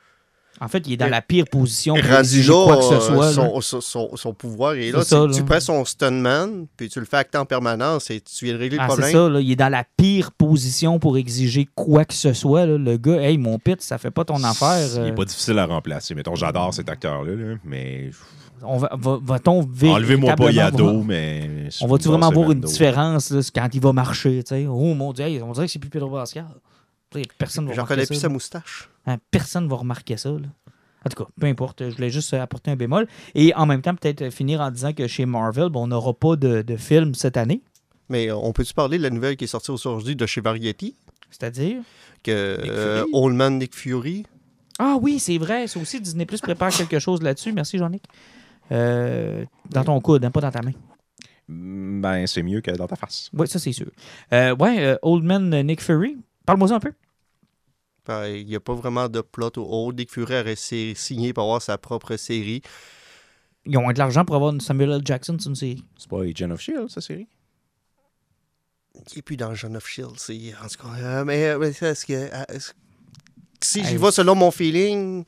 En fait, il est dans la pire position pour Rendu exiger là, quoi que ce soit. là. son pouvoir est là. C'est ça, Tu là. prends son stuntman, puis tu le fais acter en permanence et tu viens de régler le Ah, c'est problème. ça, là. Il est dans la pire position pour exiger quoi que ce soit. Là. Le gars, hey, mon pit, ça fait pas ton affaire. Il n'est pas difficile à remplacer. Mettons, j'adore cet acteur-là, là, mais... Va-t-on Enlevez-moi pas véritablement Yado, mais... On va-tu vraiment voir une Vendo. différence là, quand il va marcher? T'sais? Oh mon Dieu, hey, on dirait que c'est plus Pedro Pascal. T'sais, personne va J'en remarquer connais ça. plus sa moustache. Hein, personne va remarquer ça. Là. En tout cas, peu importe. Je voulais juste apporter un bémol. Et en même temps, peut-être finir en disant que chez Marvel, on n'aura pas de film cette année. Mais on peut-tu parler de la nouvelle qui est sortie aujourd'hui de chez Variety? C'est-à-dire? Que Nick Fury? Old Man Nick Fury. Ah oui, c'est vrai. Ça aussi, Disney Plus prépare quelque chose là-dessus. Merci, Jean-Nic. Dans ton coude, hein, pas dans ta main. Ben, c'est mieux que dans ta face. Oui, ça, c'est sûr. Old Man Nick Fury. Parle-moi un peu. Il n'y a pas vraiment de plot au haut. Nick Fury aurait signé pour avoir sa propre série. Ils ont de l'argent pour avoir une Samuel L. Jackson sur une série. C'est pas Agent of S.H.I.E.L.D., cette série? Qui est plus dans John of S.H.I.E.L.D. En tout cas, mais est-ce que... si j'y Hey. vais selon mon feeling,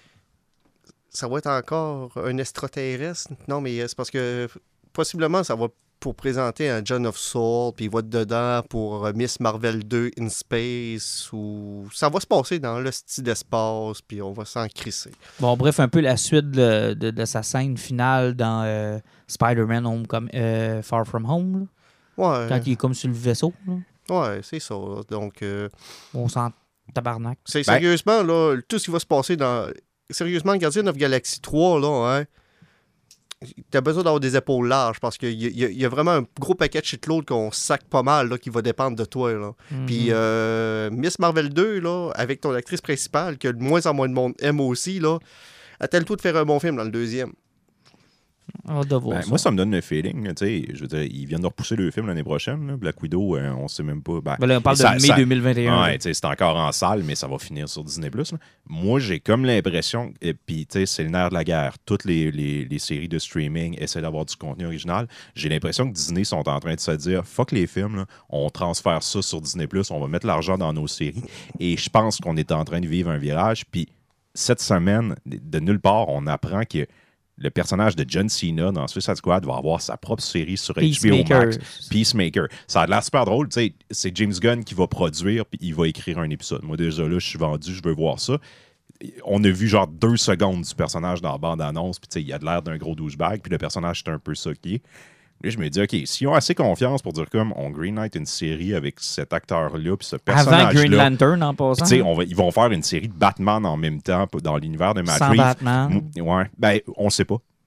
ça va être encore un extraterrestre. Non, mais c'est parce que possiblement, ça va pour présenter un John of Soul, puis il va être dedans pour Miss Marvel 2 in Space, ou ça va se passer dans le style d'espace, puis on va s'en crisser. Bon, bref, un peu la suite de sa scène finale dans Spider-Man Far From Home, là, Ouais, quand il est comme sur le vaisseau. Là. ouais, c'est ça. Donc, On sent tabarnak. c'est sérieusement, là, tout ce qui va se passer dans... Sérieusement, Guardian of Galaxy 3, là, hein, t'as besoin d'avoir des épaules larges parce qu'il y a vraiment un gros paquet de shitload qu'on sac pas mal là, qui va dépendre de toi. Là. Mhm. Puis Miss Marvel 2, là, avec ton actrice principale, que de moins en moins de monde aime aussi, là, attelle-toi de faire un bon film dans le deuxième. Hâte de voir Ben, ça. moi, ça me donne le feeling. Tu sais, je veux dire, ils viennent de repousser le film l'année prochaine. Là. Black Widow, on sait même pas. Ben, Ben là, on parle ça- de mai ça- 2021. Ouais, tu sais, c'est encore en salle, mais ça va finir sur Disney+. Là. Moi, j'ai comme l'impression, et puis tu sais, c'est le nerf de la guerre. Toutes les séries de streaming essaient d'avoir du contenu original. J'ai l'impression que Disney sont en train de se dire, fuck les films, là, on transfère ça sur Disney+, on va mettre l'argent dans nos séries. Et je pense qu'on est en train de vivre un virage. Puis cette semaine, de nulle part, on apprend que le personnage de John Cena dans Suicide Squad va avoir sa propre série sur HBO Peacemaker. Max. Peacemaker. Ça a l'air super drôle. Tu sais, c'est James Gunn qui va produire puis il va écrire un épisode. Moi, déjà là, je suis vendu, je veux voir ça. On a vu genre 2 secondes du personnage dans la bande-annonce, puis tu sais, il a de l'air d'un gros douchebag, puis le personnage est un peu soqué. Là, je me dis, OK, s'ils ont assez confiance pour dire comme on greenlight une série avec cet acteur-là, puis ce personnage-là. Avant Green Lantern, en Puis, passant. tu sais, ils vont faire une série de Batman en même temps dans l'univers de Matt Sans Reeves. Batman. Ouais, ben, on sait pas.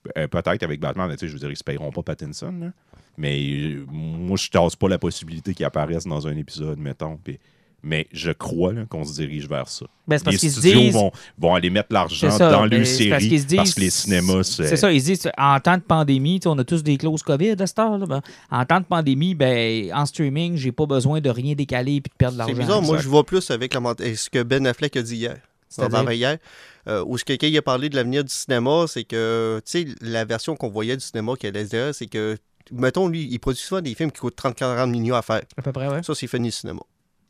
peut-être avec Batman, je veux dire, ils se paieront pas Pattinson, là. Mais moi, je tasse pas la possibilité qu'il apparaisse dans un épisode, mettons. Mais je crois là, qu'on se dirige vers ça. Ben, c'est parce les qu'ils se studios disent... vont aller mettre l'argent C'est ça, dans ben, le c'est parce série qu'ils se disent- parce que les cinémas, C'est ça, ils disent, en temps de pandémie, on a tous des clauses COVID à cette heure. Là, ben, en temps de pandémie, ben, en streaming, j'ai pas besoin de rien décaler et de perdre de l'argent. C'est bizarre, moi Exact. je vois plus avec ce que Ben Affleck a dit hier. C'est-à-dire? Hier, où ce que quelqu'un a parlé de l'avenir du cinéma, c'est que, tu sais, la version qu'on voyait du cinéma qu'il allait se dire, c'est que, mettons, lui, il produit souvent des films qui coûtent 30-40 millions à faire. À peu près, ouais. Ça, c'est fini le cinéma.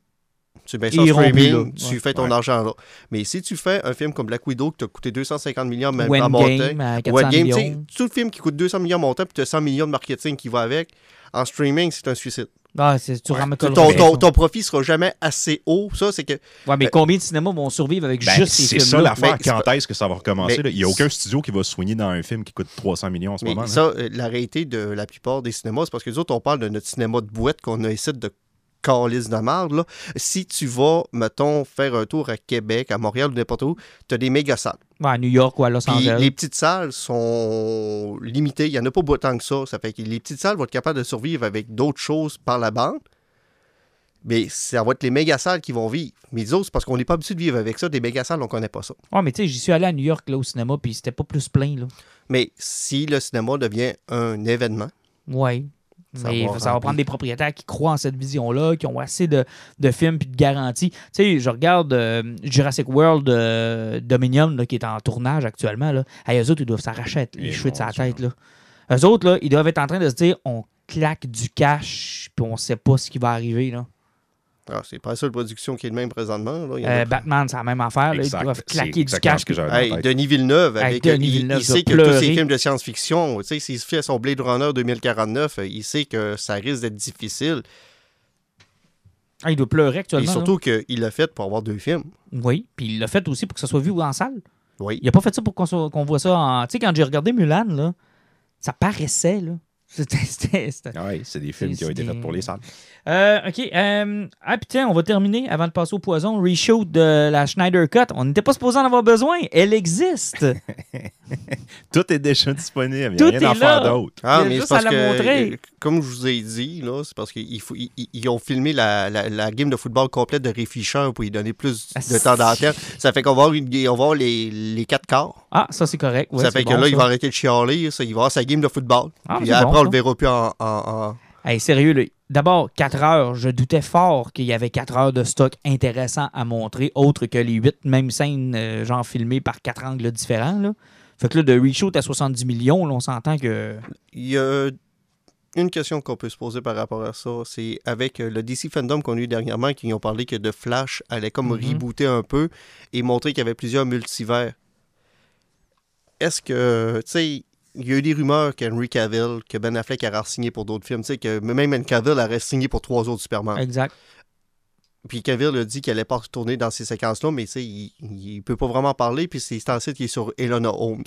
Tu mets ça Ils en iront plus, streaming, là. tu Ouais. fais ton argent là. Mais si tu fais un film comme Black Widow qui t'a coûté 250 millions Ou à monter, Endgame à ou 400 Endgame, tu sais, millions. tout le film qui coûte 200 millions à monter, puis tu as 100 millions de marketing qui va avec, en streaming, c'est un suicide. Ah, tu Ouais. ramènes Ton profit sera jamais assez haut. Ça, c'est que. Ouais, mais combien de cinémas vont survivre avec Ben, juste ces c'est ça films-là? l'affaire. Mais Quand est-ce que ça va recommencer? mais là? Il n'y a aucun studio qui va se soigner dans un film qui coûte 300 millions en ce Mais moment. là. ça, la réalité de la plupart des cinémas, c'est parce que nous autres, on parle de notre cinéma de boîte qu'on a ici de calice de marde. Là. Si tu vas, mettons, faire un tour à Québec, à Montréal ou n'importe où, tu as des méga salles. Ouais, à New York ou à Los Puis Angeles. les petites salles sont limitées. Il n'y en a pas autant que ça. Ça fait que les petites salles vont être capables de survivre avec d'autres choses par la bande. Mais ça va être les méga salles qui vont vivre. Mais les autres, c'est parce qu'on n'est pas habitué de vivre avec ça. Des méga salles, on ne connaît pas ça. Ouais, mais tu sais, j'y suis allé à New York là, au cinéma, puis c'était pas plus plein, là. Mais si le cinéma devient un événement, Ouais. Ça Mais va ça va remplir. prendre des propriétaires qui croient en cette vision-là, qui ont assez de films puis de garanties. Tu sais, je regarde Jurassic World Dominion, là, qui est en tournage actuellement. Là. Hey, eux autres, ils doivent s'arracher les cheveux de sa tête. Là. Eux autres, là, ils doivent être en train de se dire on claque du cash, puis on sait pas ce qui va arriver. Là. c'est pas la seule production qui est de même présentement. Là. Il y en a Batman, c'est la même affaire. Là. Ils Exact. doivent C'est claquer du exactement cash. ce que j'avais Hey, en tête. Denis Villeneuve, Hey, Denis Villeneuve il sait que doit tous pleurer. ces films de science-fiction, tu sais, s'il se fait à son Blade Runner 2049, il sait que ça risque d'être difficile. Ah, il doit pleurer Et actuellement. surtout qu'il l'a fait pour avoir 2 films. Là. Oui, puis il l'a fait aussi pour que ça soit vu en salle. Oui. Il a pas fait ça pour qu'on voit ça en. Tu sais, quand j'ai regardé Mulan, là, ça paraissait, là. C'était. Ouais, c'est des films qui ont été faits pour les salles. OK. Ah, puis tiens, on va terminer avant de passer au poison. Reshoot de la Schneider Cut. On n'était pas supposé en avoir besoin. Elle existe. Tout est déjà disponible. Il n'y Tout a rien à est faire là. d'autre. Il y a Mais juste c'est parce à la que, montrer. comme je vous ai dit, là, c'est parce qu'ils ont filmé la game de football complète de Ray Fisher pour lui donner plus de temps d'antenne. Ça fait qu'on va avoir les 4 quarts. Ah, ça, c'est correct. Ouais, ça c'est fait que bon, là, ça. il va arrêter de chialer. Il va avoir sa game de football. Ah, Puis c'est après, bon, on ça. le verra plus en... Hey, sérieux, là. D'abord, 4 heures. Je doutais fort qu'il y avait 4 heures de stock intéressant à montrer, autre que les 8 mêmes scènes, genre filmées par 4 angles différents. Là. Fait que là, de reshoot à 70 millions, là, on s'entend que. Il y a une question qu'on peut se poser par rapport à ça. C'est avec le DC Fandom qu'on a eu dernièrement, qui ont parlé que The Flash allait comme rebooter un peu et montrer qu'il y avait plusieurs multivers. Est-ce que, tu sais, il y a eu des rumeurs qu'Henry Cavill, que Ben Affleck aurait signé pour d'autres films, tu sais, que même Ben Cavill aurait signé pour 3 autres Superman. Exact. Puis Cavill a dit qu'il allait pas retourner dans ces séquences-là, mais tu sais, il peut pas vraiment parler, puis c'est un site qui est sur Elona Holmes.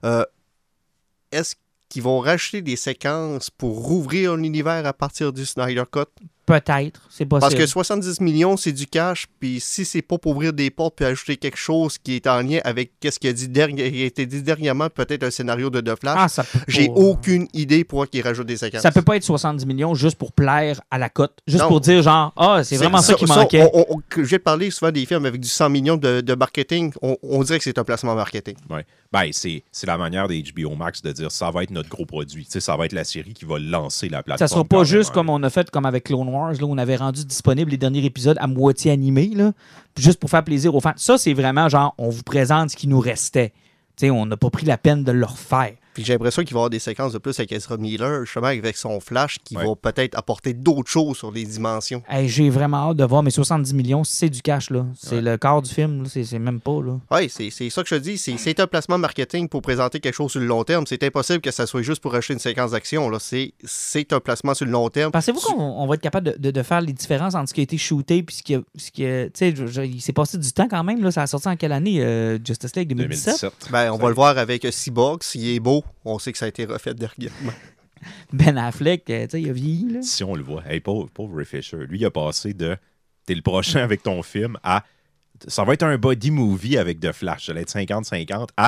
Est-ce qu'ils vont racheter des séquences pour rouvrir un univers à partir du Snyder Cut? Peut-être. C'est possible. Parce que 70 millions, c'est du cash, puis si c'est pas pour ouvrir des portes puis ajouter quelque chose qui est en lien avec ce qui a été dit dernièrement, peut-être un scénario de The Flash, Ah, ça peut j'ai pas- aucune idée pourquoi qu'ils rajoutent des séquences. Ça peut pas être 70 millions juste pour plaire à la cote. Juste Non. pour dire, genre, c'est vraiment ça qui manquait. Je vais te parler souvent des films avec du 100 millions de marketing. On dirait que c'est un placement marketing. Ouais. Ben, c'est la manière des HBO Max de dire ça va être notre gros produit. Tu sais, ça va être la série qui va lancer la plateforme. Ça sera pas carrément. juste comme on a fait comme avec Clone Wars, là, où on avait rendu disponible les derniers épisodes à moitié animés, là, juste pour faire plaisir aux fans. Ça, c'est vraiment genre, on vous présente ce qui nous restait. T'sais, on n'a pas pris la peine de le refaire. Puis j'ai l'impression qu'il va y avoir des séquences de plus avec Ezra Miller, justement avec son Flash, qui Ouais. vont peut-être apporter d'autres choses sur les dimensions. Hey, j'ai vraiment hâte de voir, mais 70 millions, c'est du cash, là. C'est Ouais. le quart du film, là. C'est même pas, là. Oui, c'est ça que je te dis. C'est un placement marketing pour présenter quelque chose sur le long terme. C'est impossible que ça soit juste pour acheter une séquence d'action. Là. C'est un placement sur le long terme. Pensez-vous qu'on va être capable de faire les différences entre ce qui a été shooté et ce qui a. Tu sais, il s'est passé du temps quand même, là. Ça a sorti en quelle année, Justice League 2017? Ben, on va le voir avec Cyborg. S'il est beau, on sait que ça a été refait dernièrement. Ben Affleck, tu sais, il a vieilli, là. Si on le voit. Hey, pauvre Ray Fisher. Lui, il a passé de t'es le prochain avec ton film à ça va être un body movie avec The Flash. Ça va être 50-50 à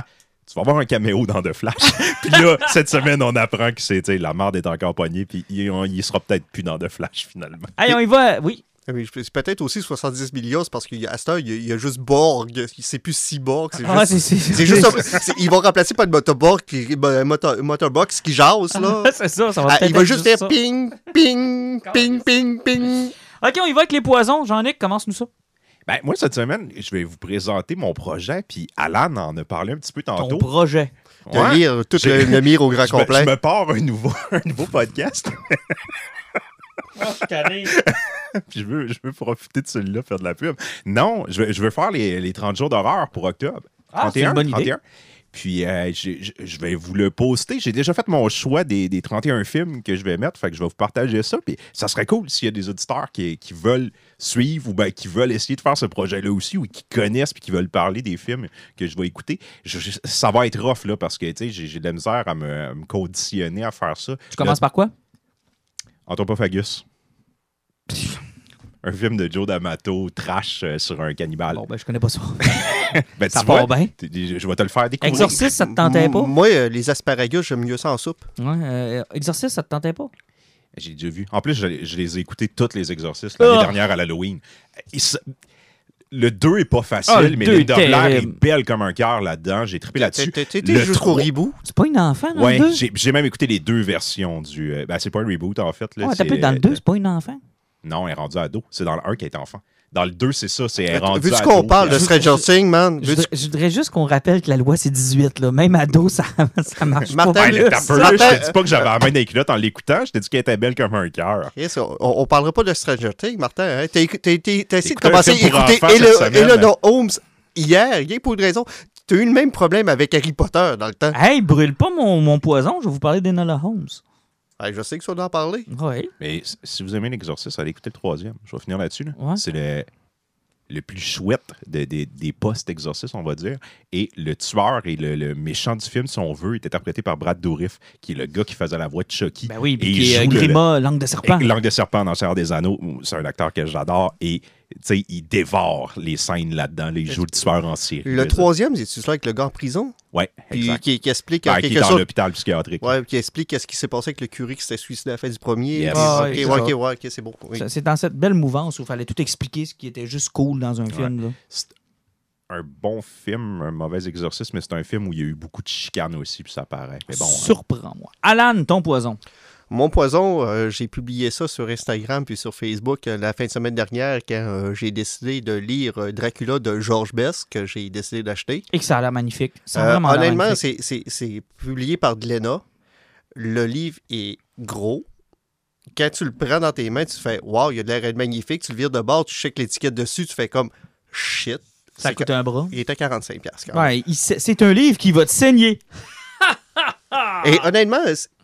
tu vas avoir un caméo dans The Flash. Puis là, cette semaine, on apprend que c'est, la merde est encore poignée, puis il sera peut-être plus dans The Flash, finalement. Allez, on y va. Oui. Mais c'est peut-être aussi 70 millions, c'est parce qu'à cette heure, il y a juste Borg. C'est plus Cyborg. C'est juste ils vont remplacer par le Motorbox qui jase, là. C'est ça va peut-être il va juste faire ça. ping, ping, ping, ping, ping. OK, on y va avec les poisons. Jean-Nic, commence-nous ça. Ben, moi, cette semaine, je vais vous présenter mon projet, puis Alan en a parlé un petit peu tantôt. Ton projet. De lire tout le mire au grand complet. Je me pars un nouveau podcast. Puis je veux profiter de celui-là, faire de la pub. Non, je veux faire les 30 jours d'horreur pour octobre. Ah, c'est une bonne idée. Puis je vais vous le poster. J'ai déjà fait mon choix des 31 films que je vais mettre. Fait que je vais vous partager ça. Puis ça serait cool s'il y a des auditeurs qui veulent suivre ou ben, qui veulent essayer de faire ce projet-là aussi ou qui connaissent puis qui veulent parler des films que je vais écouter. Ça va être rough là parce que j'ai de la misère à me conditionner à faire ça. Tu commences par quoi? Anthropophagus. Un film de Joe D'Amato, trash sur un cannibale. Bon, ben, je connais pas ça. Ben, ça va bien. Je vais te le faire découvrir. Exorciste, ça te tentait pas? Moi, les asparagus, j'aime mieux ça en soupe. Ouais, Exorciste, ça te tentait pas? J'ai déjà vu. En plus, je les ai écoutés, tous les exorcistes, l'année dernière à l'Halloween. Le 2 est pas facile, mais Linda Blair est belle comme un cœur là-dedans. J'ai trippé là-dessus. T'es jusqu'au reboot. C'est pas une enfant dans ouais, le 2? J'ai même écouté les deux versions du... Ben, c'est pas un reboot, en fait. Là, t'as plus dans le 2, c'est pas une enfant? Non, elle est rendue ado. C'est dans le 1 qu'elle est enfant. Dans le 2, c'est ça, c'est elle est rendue Veux-tu ado. qu'on parle de Stranger Things, man? Je voudrais juste qu'on rappelle que la loi, c'est 18. Là. Même ado, ça marche Martin, pas. Je te dis pas que j'avais la main dans les culottes en l'écoutant. Je t'ai dit qu'elle était belle comme un cœur. Yes, on parlera pas de Stranger Things, Martin. Hein? T'as essayé de un commencer à film pour écouter enfants Enola Holmes hier. Rien pour une raison. T'as eu le même problème avec Harry Potter dans le temps. Hey, brûle pas mon poison. Je vais vous parler d'Enola Holmes. Ouais, je sais que ça doit en parler. Oui. Mais si vous aimez l'Exorciste, allez écouter le 3e. Je vais finir là-dessus. Là. Ouais. C'est le plus chouette des post-exorcistes, on va dire. Et le tueur et le méchant du film, si on veut, est interprété par Brad Dourif, qui est le gars qui faisait la voix de Chucky. Ben oui, puis et qui est Grima, Langue de serpent. Langue de serpent dans Seigneur des Anneaux. C'est un acteur que j'adore. Et il dévore les scènes là-dedans. Il joue le tueur en série. Le 3e, c'est-tu ça avec le gars en prison? Oui, exact. Qui explique qui est dans l'hôpital psychiatrique. Ouais, qui explique qu'est-ce qui s'est passé avec le curé qui s'était suicidé à la fin du premier. Yes. OK, c'est bon. Oui. C'est dans cette belle mouvance où il fallait tout expliquer ce qui était juste cool dans un film. Là. C'est un bon film, un mauvais exorcisme, mais c'est un film où il y a eu beaucoup de chicanes aussi, puis ça paraît. Mais bon, surprends-moi. Alan, ton poison. Mon poison, j'ai publié ça sur Instagram puis sur Facebook la fin de semaine dernière quand j'ai décidé de lire Dracula de George Best, que j'ai décidé d'acheter. Et que ça a l'air magnifique. Honnêtement, c'est publié par Glénat. Le livre est gros. Quand tu le prends dans tes mains, tu fais « Wow, il a de l'air magnifique ». Tu le vires de bord, tu checkes l'étiquette dessus, tu fais comme « Shit ». Ça coûte un bras. Il était 45$. Ouais, c'est un livre qui va te saigner. Et honnêtement,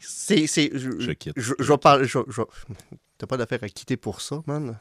je quitte. Je vais parler. T'as pas d'affaire à quitter pour ça, man.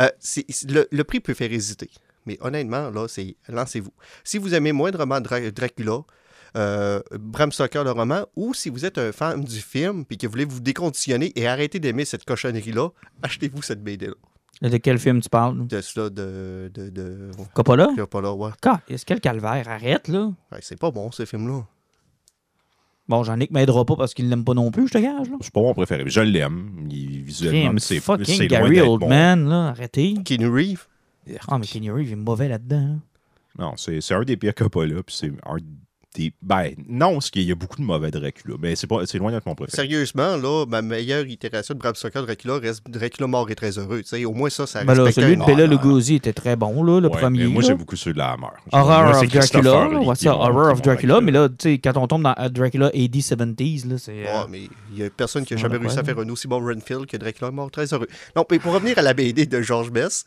Le prix peut faire hésiter. Mais honnêtement, là, lancez-vous. Si vous aimez moindrement Dracula, Bram Stoker, le roman, ou si vous êtes un fan du film et que vous voulez vous déconditionner et arrêter d'aimer cette cochonnerie-là, achetez-vous cette BD-là. De quel film tu parles? De cela, Coppola? Coppola, ouais. Est-ce quel calvaire? Arrête, là. Ouais, c'est pas bon, ce film-là. Bon, Jean-Nic m'aidera pas parce qu'il l'aime pas non plus, je te gage, là. C'est pas mon préféré. Je l'aime. Visuellement, c'est fucking loin Gary d'être Oldman, là. Arrêtez. Keanu Reeves. Ah, mais Keanu Reeves, il est mauvais là-dedans. Non, c'est un des pires Coppola, puis c'est un des... Ben, non, parce qu'il y a beaucoup de mauvais Dracula, mais c'est loin d'être mon préféré. Sérieusement, là, ma meilleure itération de Bram Stoker Dracula reste Dracula mort et très heureux. T'sais, au moins, ça ben là, celui de Bela Lugosi était très bon, là, le premier. Moi, là. j'aime beaucoup ceux de la Hammer. Horror of Dracula. Horror of Dracula, mais là, tu sais, quand on tombe dans Dracula AD 70s, là, c'est... Ouais, mais il y a personne qui a jamais réussi à faire un aussi bon Renfield que Dracula mort très heureux. Non, mais pour revenir à la BD de George Best,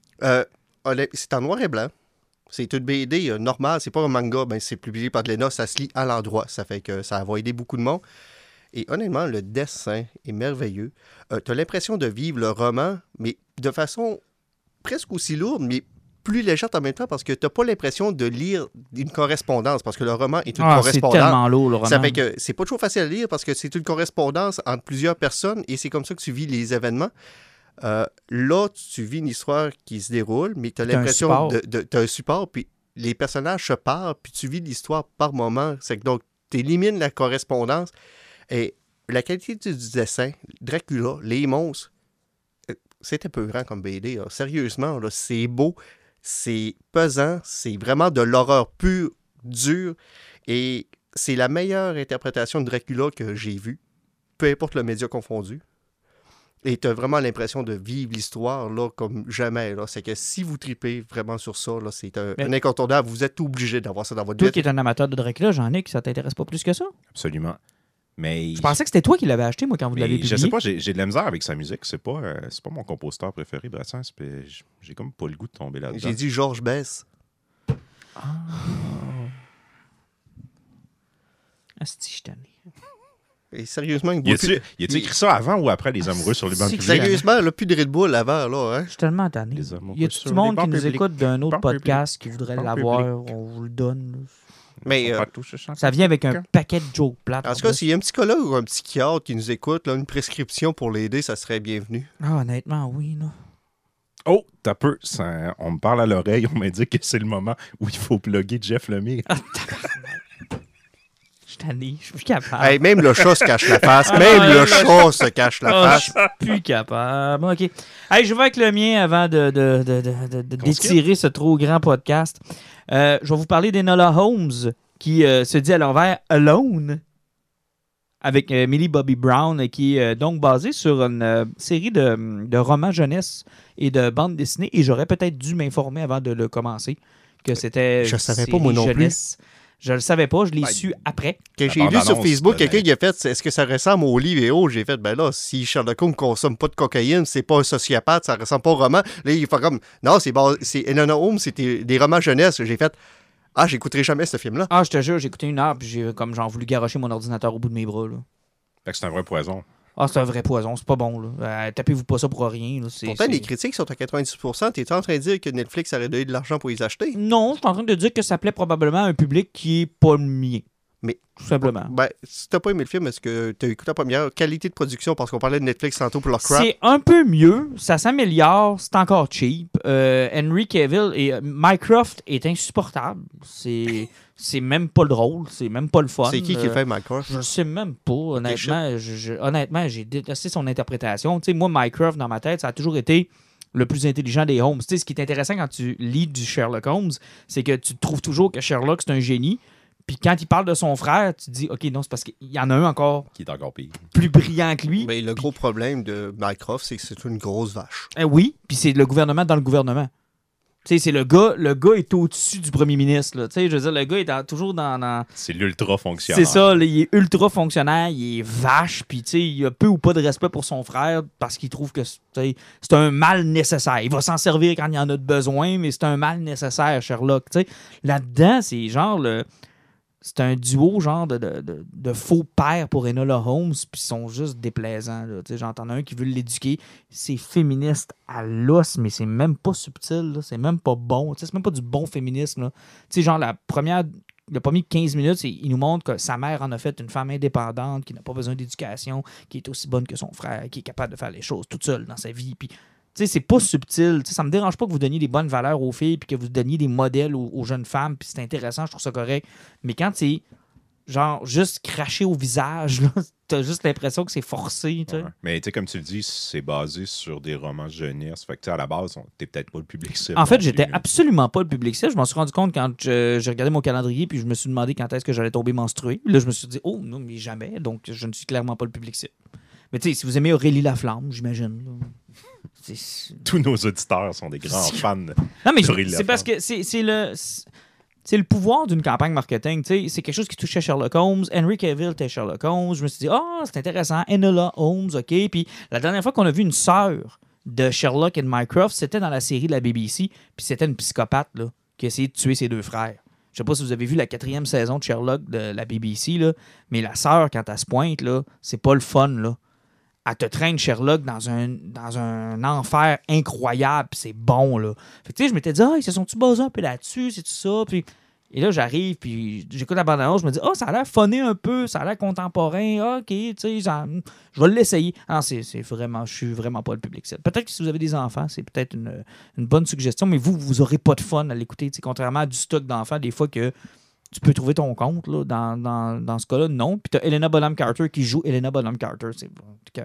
c'est en noir et blanc. C'est une BD normale, c'est pas un manga, ben c'est publié par Glénat, ça se lit à l'endroit. Ça fait que ça va aider beaucoup de monde. Et honnêtement, le dessin est merveilleux. Tu as l'impression de vivre le roman, mais de façon presque aussi lourde, mais plus légère en même temps, parce que tu n'as pas l'impression de lire une correspondance, parce que le roman est une correspondance. C'est tellement lourd, le roman. Ça fait que c'est pas toujours facile à lire, parce que c'est une correspondance entre plusieurs personnes, et c'est comme ça que tu vis les événements. Là, tu vis une histoire qui se déroule, mais tu as l'impression de un support, puis les personnages se parlent, puis tu vis l'histoire par moment. C'est que donc, tu élimines la correspondance. Et la qualité du dessin, Dracula, les monstres, c'est épeurant comme BD. Là. Sérieusement, là, c'est beau, c'est pesant, c'est vraiment de l'horreur pure, dure. Et c'est la meilleure interprétation de Dracula que j'ai vue, peu importe le média confondu. Et tu as vraiment l'impression de vivre l'histoire là, comme jamais. Là. C'est que si vous tripez vraiment sur ça, là, c'est un incontournable. Vous êtes obligé d'avoir ça dans votre vie. Toi qui es un amateur de Dracula, Jean-Nic, ça t'intéresse pas plus que ça? Absolument. Mais je pensais que c'était toi qui l'avais acheté, moi, quand vous l'avez publié. Je sais pas, j'ai de la misère avec sa musique. C'est pas mon compositeur préféré, Brassens. J'ai comme pas le goût de tomber là-dedans. J'ai dit Georges Bess. Asti, je t'en ai. Et sérieusement, il a-tu écrit ça avant ou après Les Amoureux sur les bancs publics? Sérieusement, il n'y a plus de Red Bull avant, là. Hein? Je suis tellement tanné. Il y a tout le monde qui nous écoute d'un autre podcast qui voudrait l'avoir. On vous le donne. Mais ça vient avec un paquet de jokes plates. En tout cas, s'il y a un psychologue ou un psychiatre qui nous écoute, là, une prescription pour l'aider, ça serait bienvenu. Ah, honnêtement, oui. Là. Oh, t'as peu. On me parle à l'oreille, on m'indique que c'est le moment où il faut plugger Jeff Lemire. Je suis plus capable. Hey, même le chat se cache la face. Le chat se cache la face. Je suis plus capable. OK. Hey, je vais avec le mien avant d'étirer ce trop grand podcast. Je vais vous parler d'Enola Holmes qui se dit à l'envers « Alone » avec Millie Bobby Brown qui est donc basée sur une série de romans jeunesse et de bandes dessinées. Et j'aurais peut-être dû m'informer avant de le commencer que c'était je savais pas moi non jeunesse. Plus. Je le savais pas, je l'ai su après. Quand j'ai lu sur Facebook, quelqu'un qui a fait « Est-ce que ça ressemble au livre et j'ai fait « Ben là, si Sherlock Holmes consomme pas de cocaïne, c'est pas un sociopathe, ça ressemble pas au roman. » Là, il fait comme « Non, c'est Enola Holmes, c'était des romans jeunesse. » J'ai fait « Ah, j'écouterai jamais ce film-là. » Ah, je te jure, j'ai écouté 1 heure, puis j'ai comme genre voulu garocher mon ordinateur au bout de mes bras. Là. Fait que c'est un vrai poison. Ah, c'est un vrai poison, c'est pas bon. Là. Tapez-vous pas ça pour rien. Là. Pourtant, les critiques sont à 90%. T'es en train de dire que Netflix aurait donné de l'argent pour les acheter? Non, je suis en train de dire que ça plaît probablement à un public qui est pas le mien. Mais tout simplement. Ben, si t'as pas aimé le film, est-ce que t'as écouté la première qualité de production? Parce qu'on parlait de Netflix tantôt pour leur crap. C'est un peu mieux, ça s'améliore, c'est encore cheap. Henry Cavill et Mycroft est insupportable. C'est même pas drôle, c'est même pas le fun. C'est qui fait Mycroft? Je sais même pas, honnêtement. Honnêtement, j'ai détesté son interprétation. Tu sais, moi, Mycroft, dans ma tête, ça a toujours été le plus intelligent des Holmes. Tu sais, ce qui est intéressant quand tu lis du Sherlock Holmes, c'est que tu trouves toujours que Sherlock, c'est un génie. Puis quand il parle de son frère, tu te dis, OK, non, c'est parce qu'il y en a un encore qui est encore pire, plus brillant que lui. Mais le gros problème de Mycroft, c'est que c'est une grosse vache. Oui, puis c'est le gouvernement dans le gouvernement. Tu sais, c'est le gars est au-dessus du premier ministre. Là. Tu sais, je veux dire, le gars est toujours dans... C'est l'ultra fonctionnaire. C'est ça, là, il est ultra fonctionnaire, il est vache, puis tu sais, il a peu ou pas de respect pour son frère parce qu'il trouve que c'est un mal nécessaire. Il va s'en servir quand il y en a de besoin, mais c'est un mal nécessaire, Sherlock. Tu sais, là-dedans, c'est genre c'est un duo genre de faux pères pour Enola Holmes, puis ils sont juste déplaisants. J'entends un qui veut l'éduquer. C'est féministe à l'os, mais c'est même pas subtil. Là. C'est même pas bon. C'est même pas du bon féminisme. Genre, le premier 15 minutes, il nous montre que sa mère en a fait une femme indépendante, qui n'a pas besoin d'éducation, qui est aussi bonne que son frère, qui est capable de faire les choses toute seule dans sa vie. Puis, c'est pas subtil. Ça me dérange pas que vous donniez des bonnes valeurs aux filles puis que vous donniez des modèles aux jeunes femmes, puis c'est intéressant, je trouve ça correct. Mais quand c'est genre juste craché au visage, t'as juste l'impression que c'est forcé. Ouais. Mais comme tu le dis, c'est basé sur des romans jeunesse. Fait que à la base, t'es peut-être pas le public cible. En fait, j'étais absolument pas le public cible. Je m'en suis rendu compte quand j'ai regardé mon calendrier puis je me suis demandé quand est-ce que j'allais tomber menstrué. Là, je me suis dit, oh non, mais jamais. Donc, je ne suis clairement pas le public cible. Mais tu sais, si vous aimez Aurélie Laflamme, j'imagine. Tous nos auditeurs sont des grands fans. Non, mais c'est parce que c'est le pouvoir d'une campagne marketing. T'sais. C'est quelque chose qui touchait Sherlock Holmes. Henry Cavill était Sherlock Holmes. Je me suis dit, c'est intéressant. Enola Holmes, OK. Puis la dernière fois qu'on a vu une sœur de Sherlock et de Mycroft, c'était dans la série de la BBC. Puis c'était une psychopathe là, qui a essayé de tuer ses 2 frères. Je sais pas si vous avez vu la 4e saison de Sherlock de la BBC, là, mais la sœur, quand elle se pointe, là, c'est pas le fun, là. Elle te traîne Sherlock dans un enfer incroyable, pis c'est bon, là. Fait que, tu sais, je m'étais dit, ils se sont-tu basés un peu là-dessus, c'est tout ça, puis Et là, j'arrive, puis j'écoute la bande-annonce, je me dis, ça a l'air funné un peu, ça a l'air contemporain, OK, tu sais, je vais l'essayer. Non, c'est vraiment, je suis vraiment pas le public. Peut-être que si vous avez des enfants, c'est peut-être une bonne suggestion, mais vous aurez pas de fun à l'écouter, tu sais, contrairement à du stock d'enfants, des fois que tu peux trouver ton compte, là, dans ce cas-là, non. Puis t'as Helena Bonham Carter qui joue Helena Bonham Carter, c'est bon.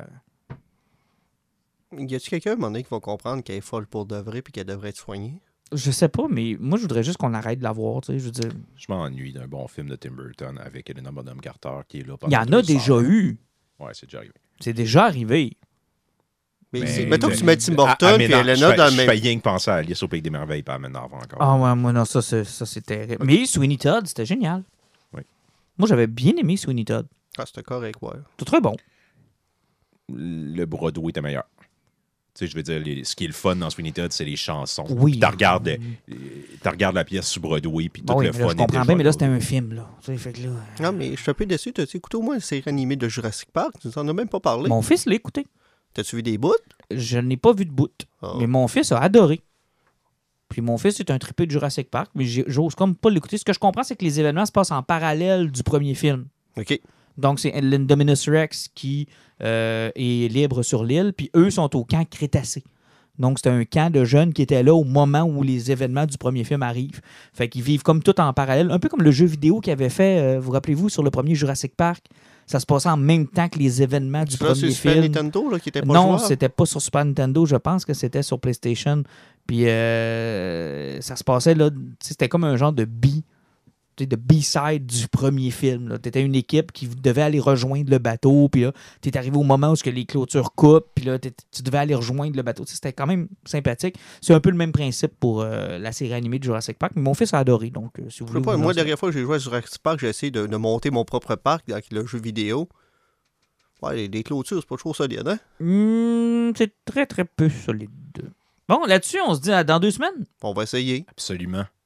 Y a-tu quelqu'un à un moment donné qui va comprendre qu'elle est folle pour de vrai puis qu'elle devrait être soignée? Je sais pas, mais moi, je voudrais juste qu'on arrête de la voir, tu sais, je veux dire. Je m'ennuie d'un bon film de Tim Burton avec Helena Bonham Carter qui est là pendant Il y en a déjà eu. Ouais, c'est déjà arrivé. C'est déjà arrivé. Mais mettons que tu mets Tim Burton et Helena dans le même... Je fais rien que penser à Alice au Pays des Merveilles et à Aménard encore. Ah ouais, moi non, ça c'est terrible. Mais Sweeney Todd, c'était génial. Oui. Moi, j'avais bien aimé Sweeney Todd. Ah, c'était correct, ouais. C'était très bon. Le Broadway était meilleur. Tu sais, je veux dire, ce qui est le fun dans Sweeney Todd, c'est les chansons. Oui. Puis tu regardes la pièce sur Broadway, puis tout oui, le mais fun là, je comprends était bien, mais là, là. c'était un film, là. Tu sais, fait que là... Non, mais je suis un peu déçu. T'as-tu écouté au moins la série animée de Jurassic Park? Tu n'en as même pas parlé. Mon fils l'a écouté. T'as-tu vu des bouts? Je n'ai pas vu de bout. Oh. Mais mon fils a adoré. Puis mon fils est un trippé de Jurassic Park, mais j'ose comme pas l'écouter. Ce que je comprends, c'est que les événements se passent en parallèle du premier film. OK. Donc, c'est l'Indominus Rex qui est libre sur l'île, puis eux sont au camp Crétacé. Donc, c'est un camp de jeunes qui étaient là au moment où les événements du premier film arrivent. Fait qu'ils vivent comme tout en parallèle, un peu comme le jeu vidéo qu'ils avaient fait, vous rappelez-vous, sur le premier Jurassic Park. Ça se passait en même temps que les événements du premier c'est film. Super Nintendo là, qui était pas Non, jouable? c'était pas sur Super Nintendo. Je pense que c'était sur PlayStation. Puis ça se passait là. C'était comme un genre de B-side du premier film. Tu étais une équipe qui devait aller rejoindre le bateau. Puis là, tu es arrivé au moment où les clôtures coupent. Puis là, tu devais aller rejoindre le bateau. C'était quand même sympathique. C'est un peu le même principe pour la série animée de Jurassic Park. Mais mon fils a adoré. Donc, si vous voulez. Moi, la dernière fois que j'ai joué à Jurassic Park, j'ai essayé de monter mon propre parc avec le jeu vidéo. Ouais, les clôtures, c'est pas toujours solide, hein? C'est très, très peu solide. Bon, là-dessus, on se dit dans 2 semaines. On va essayer. Absolument.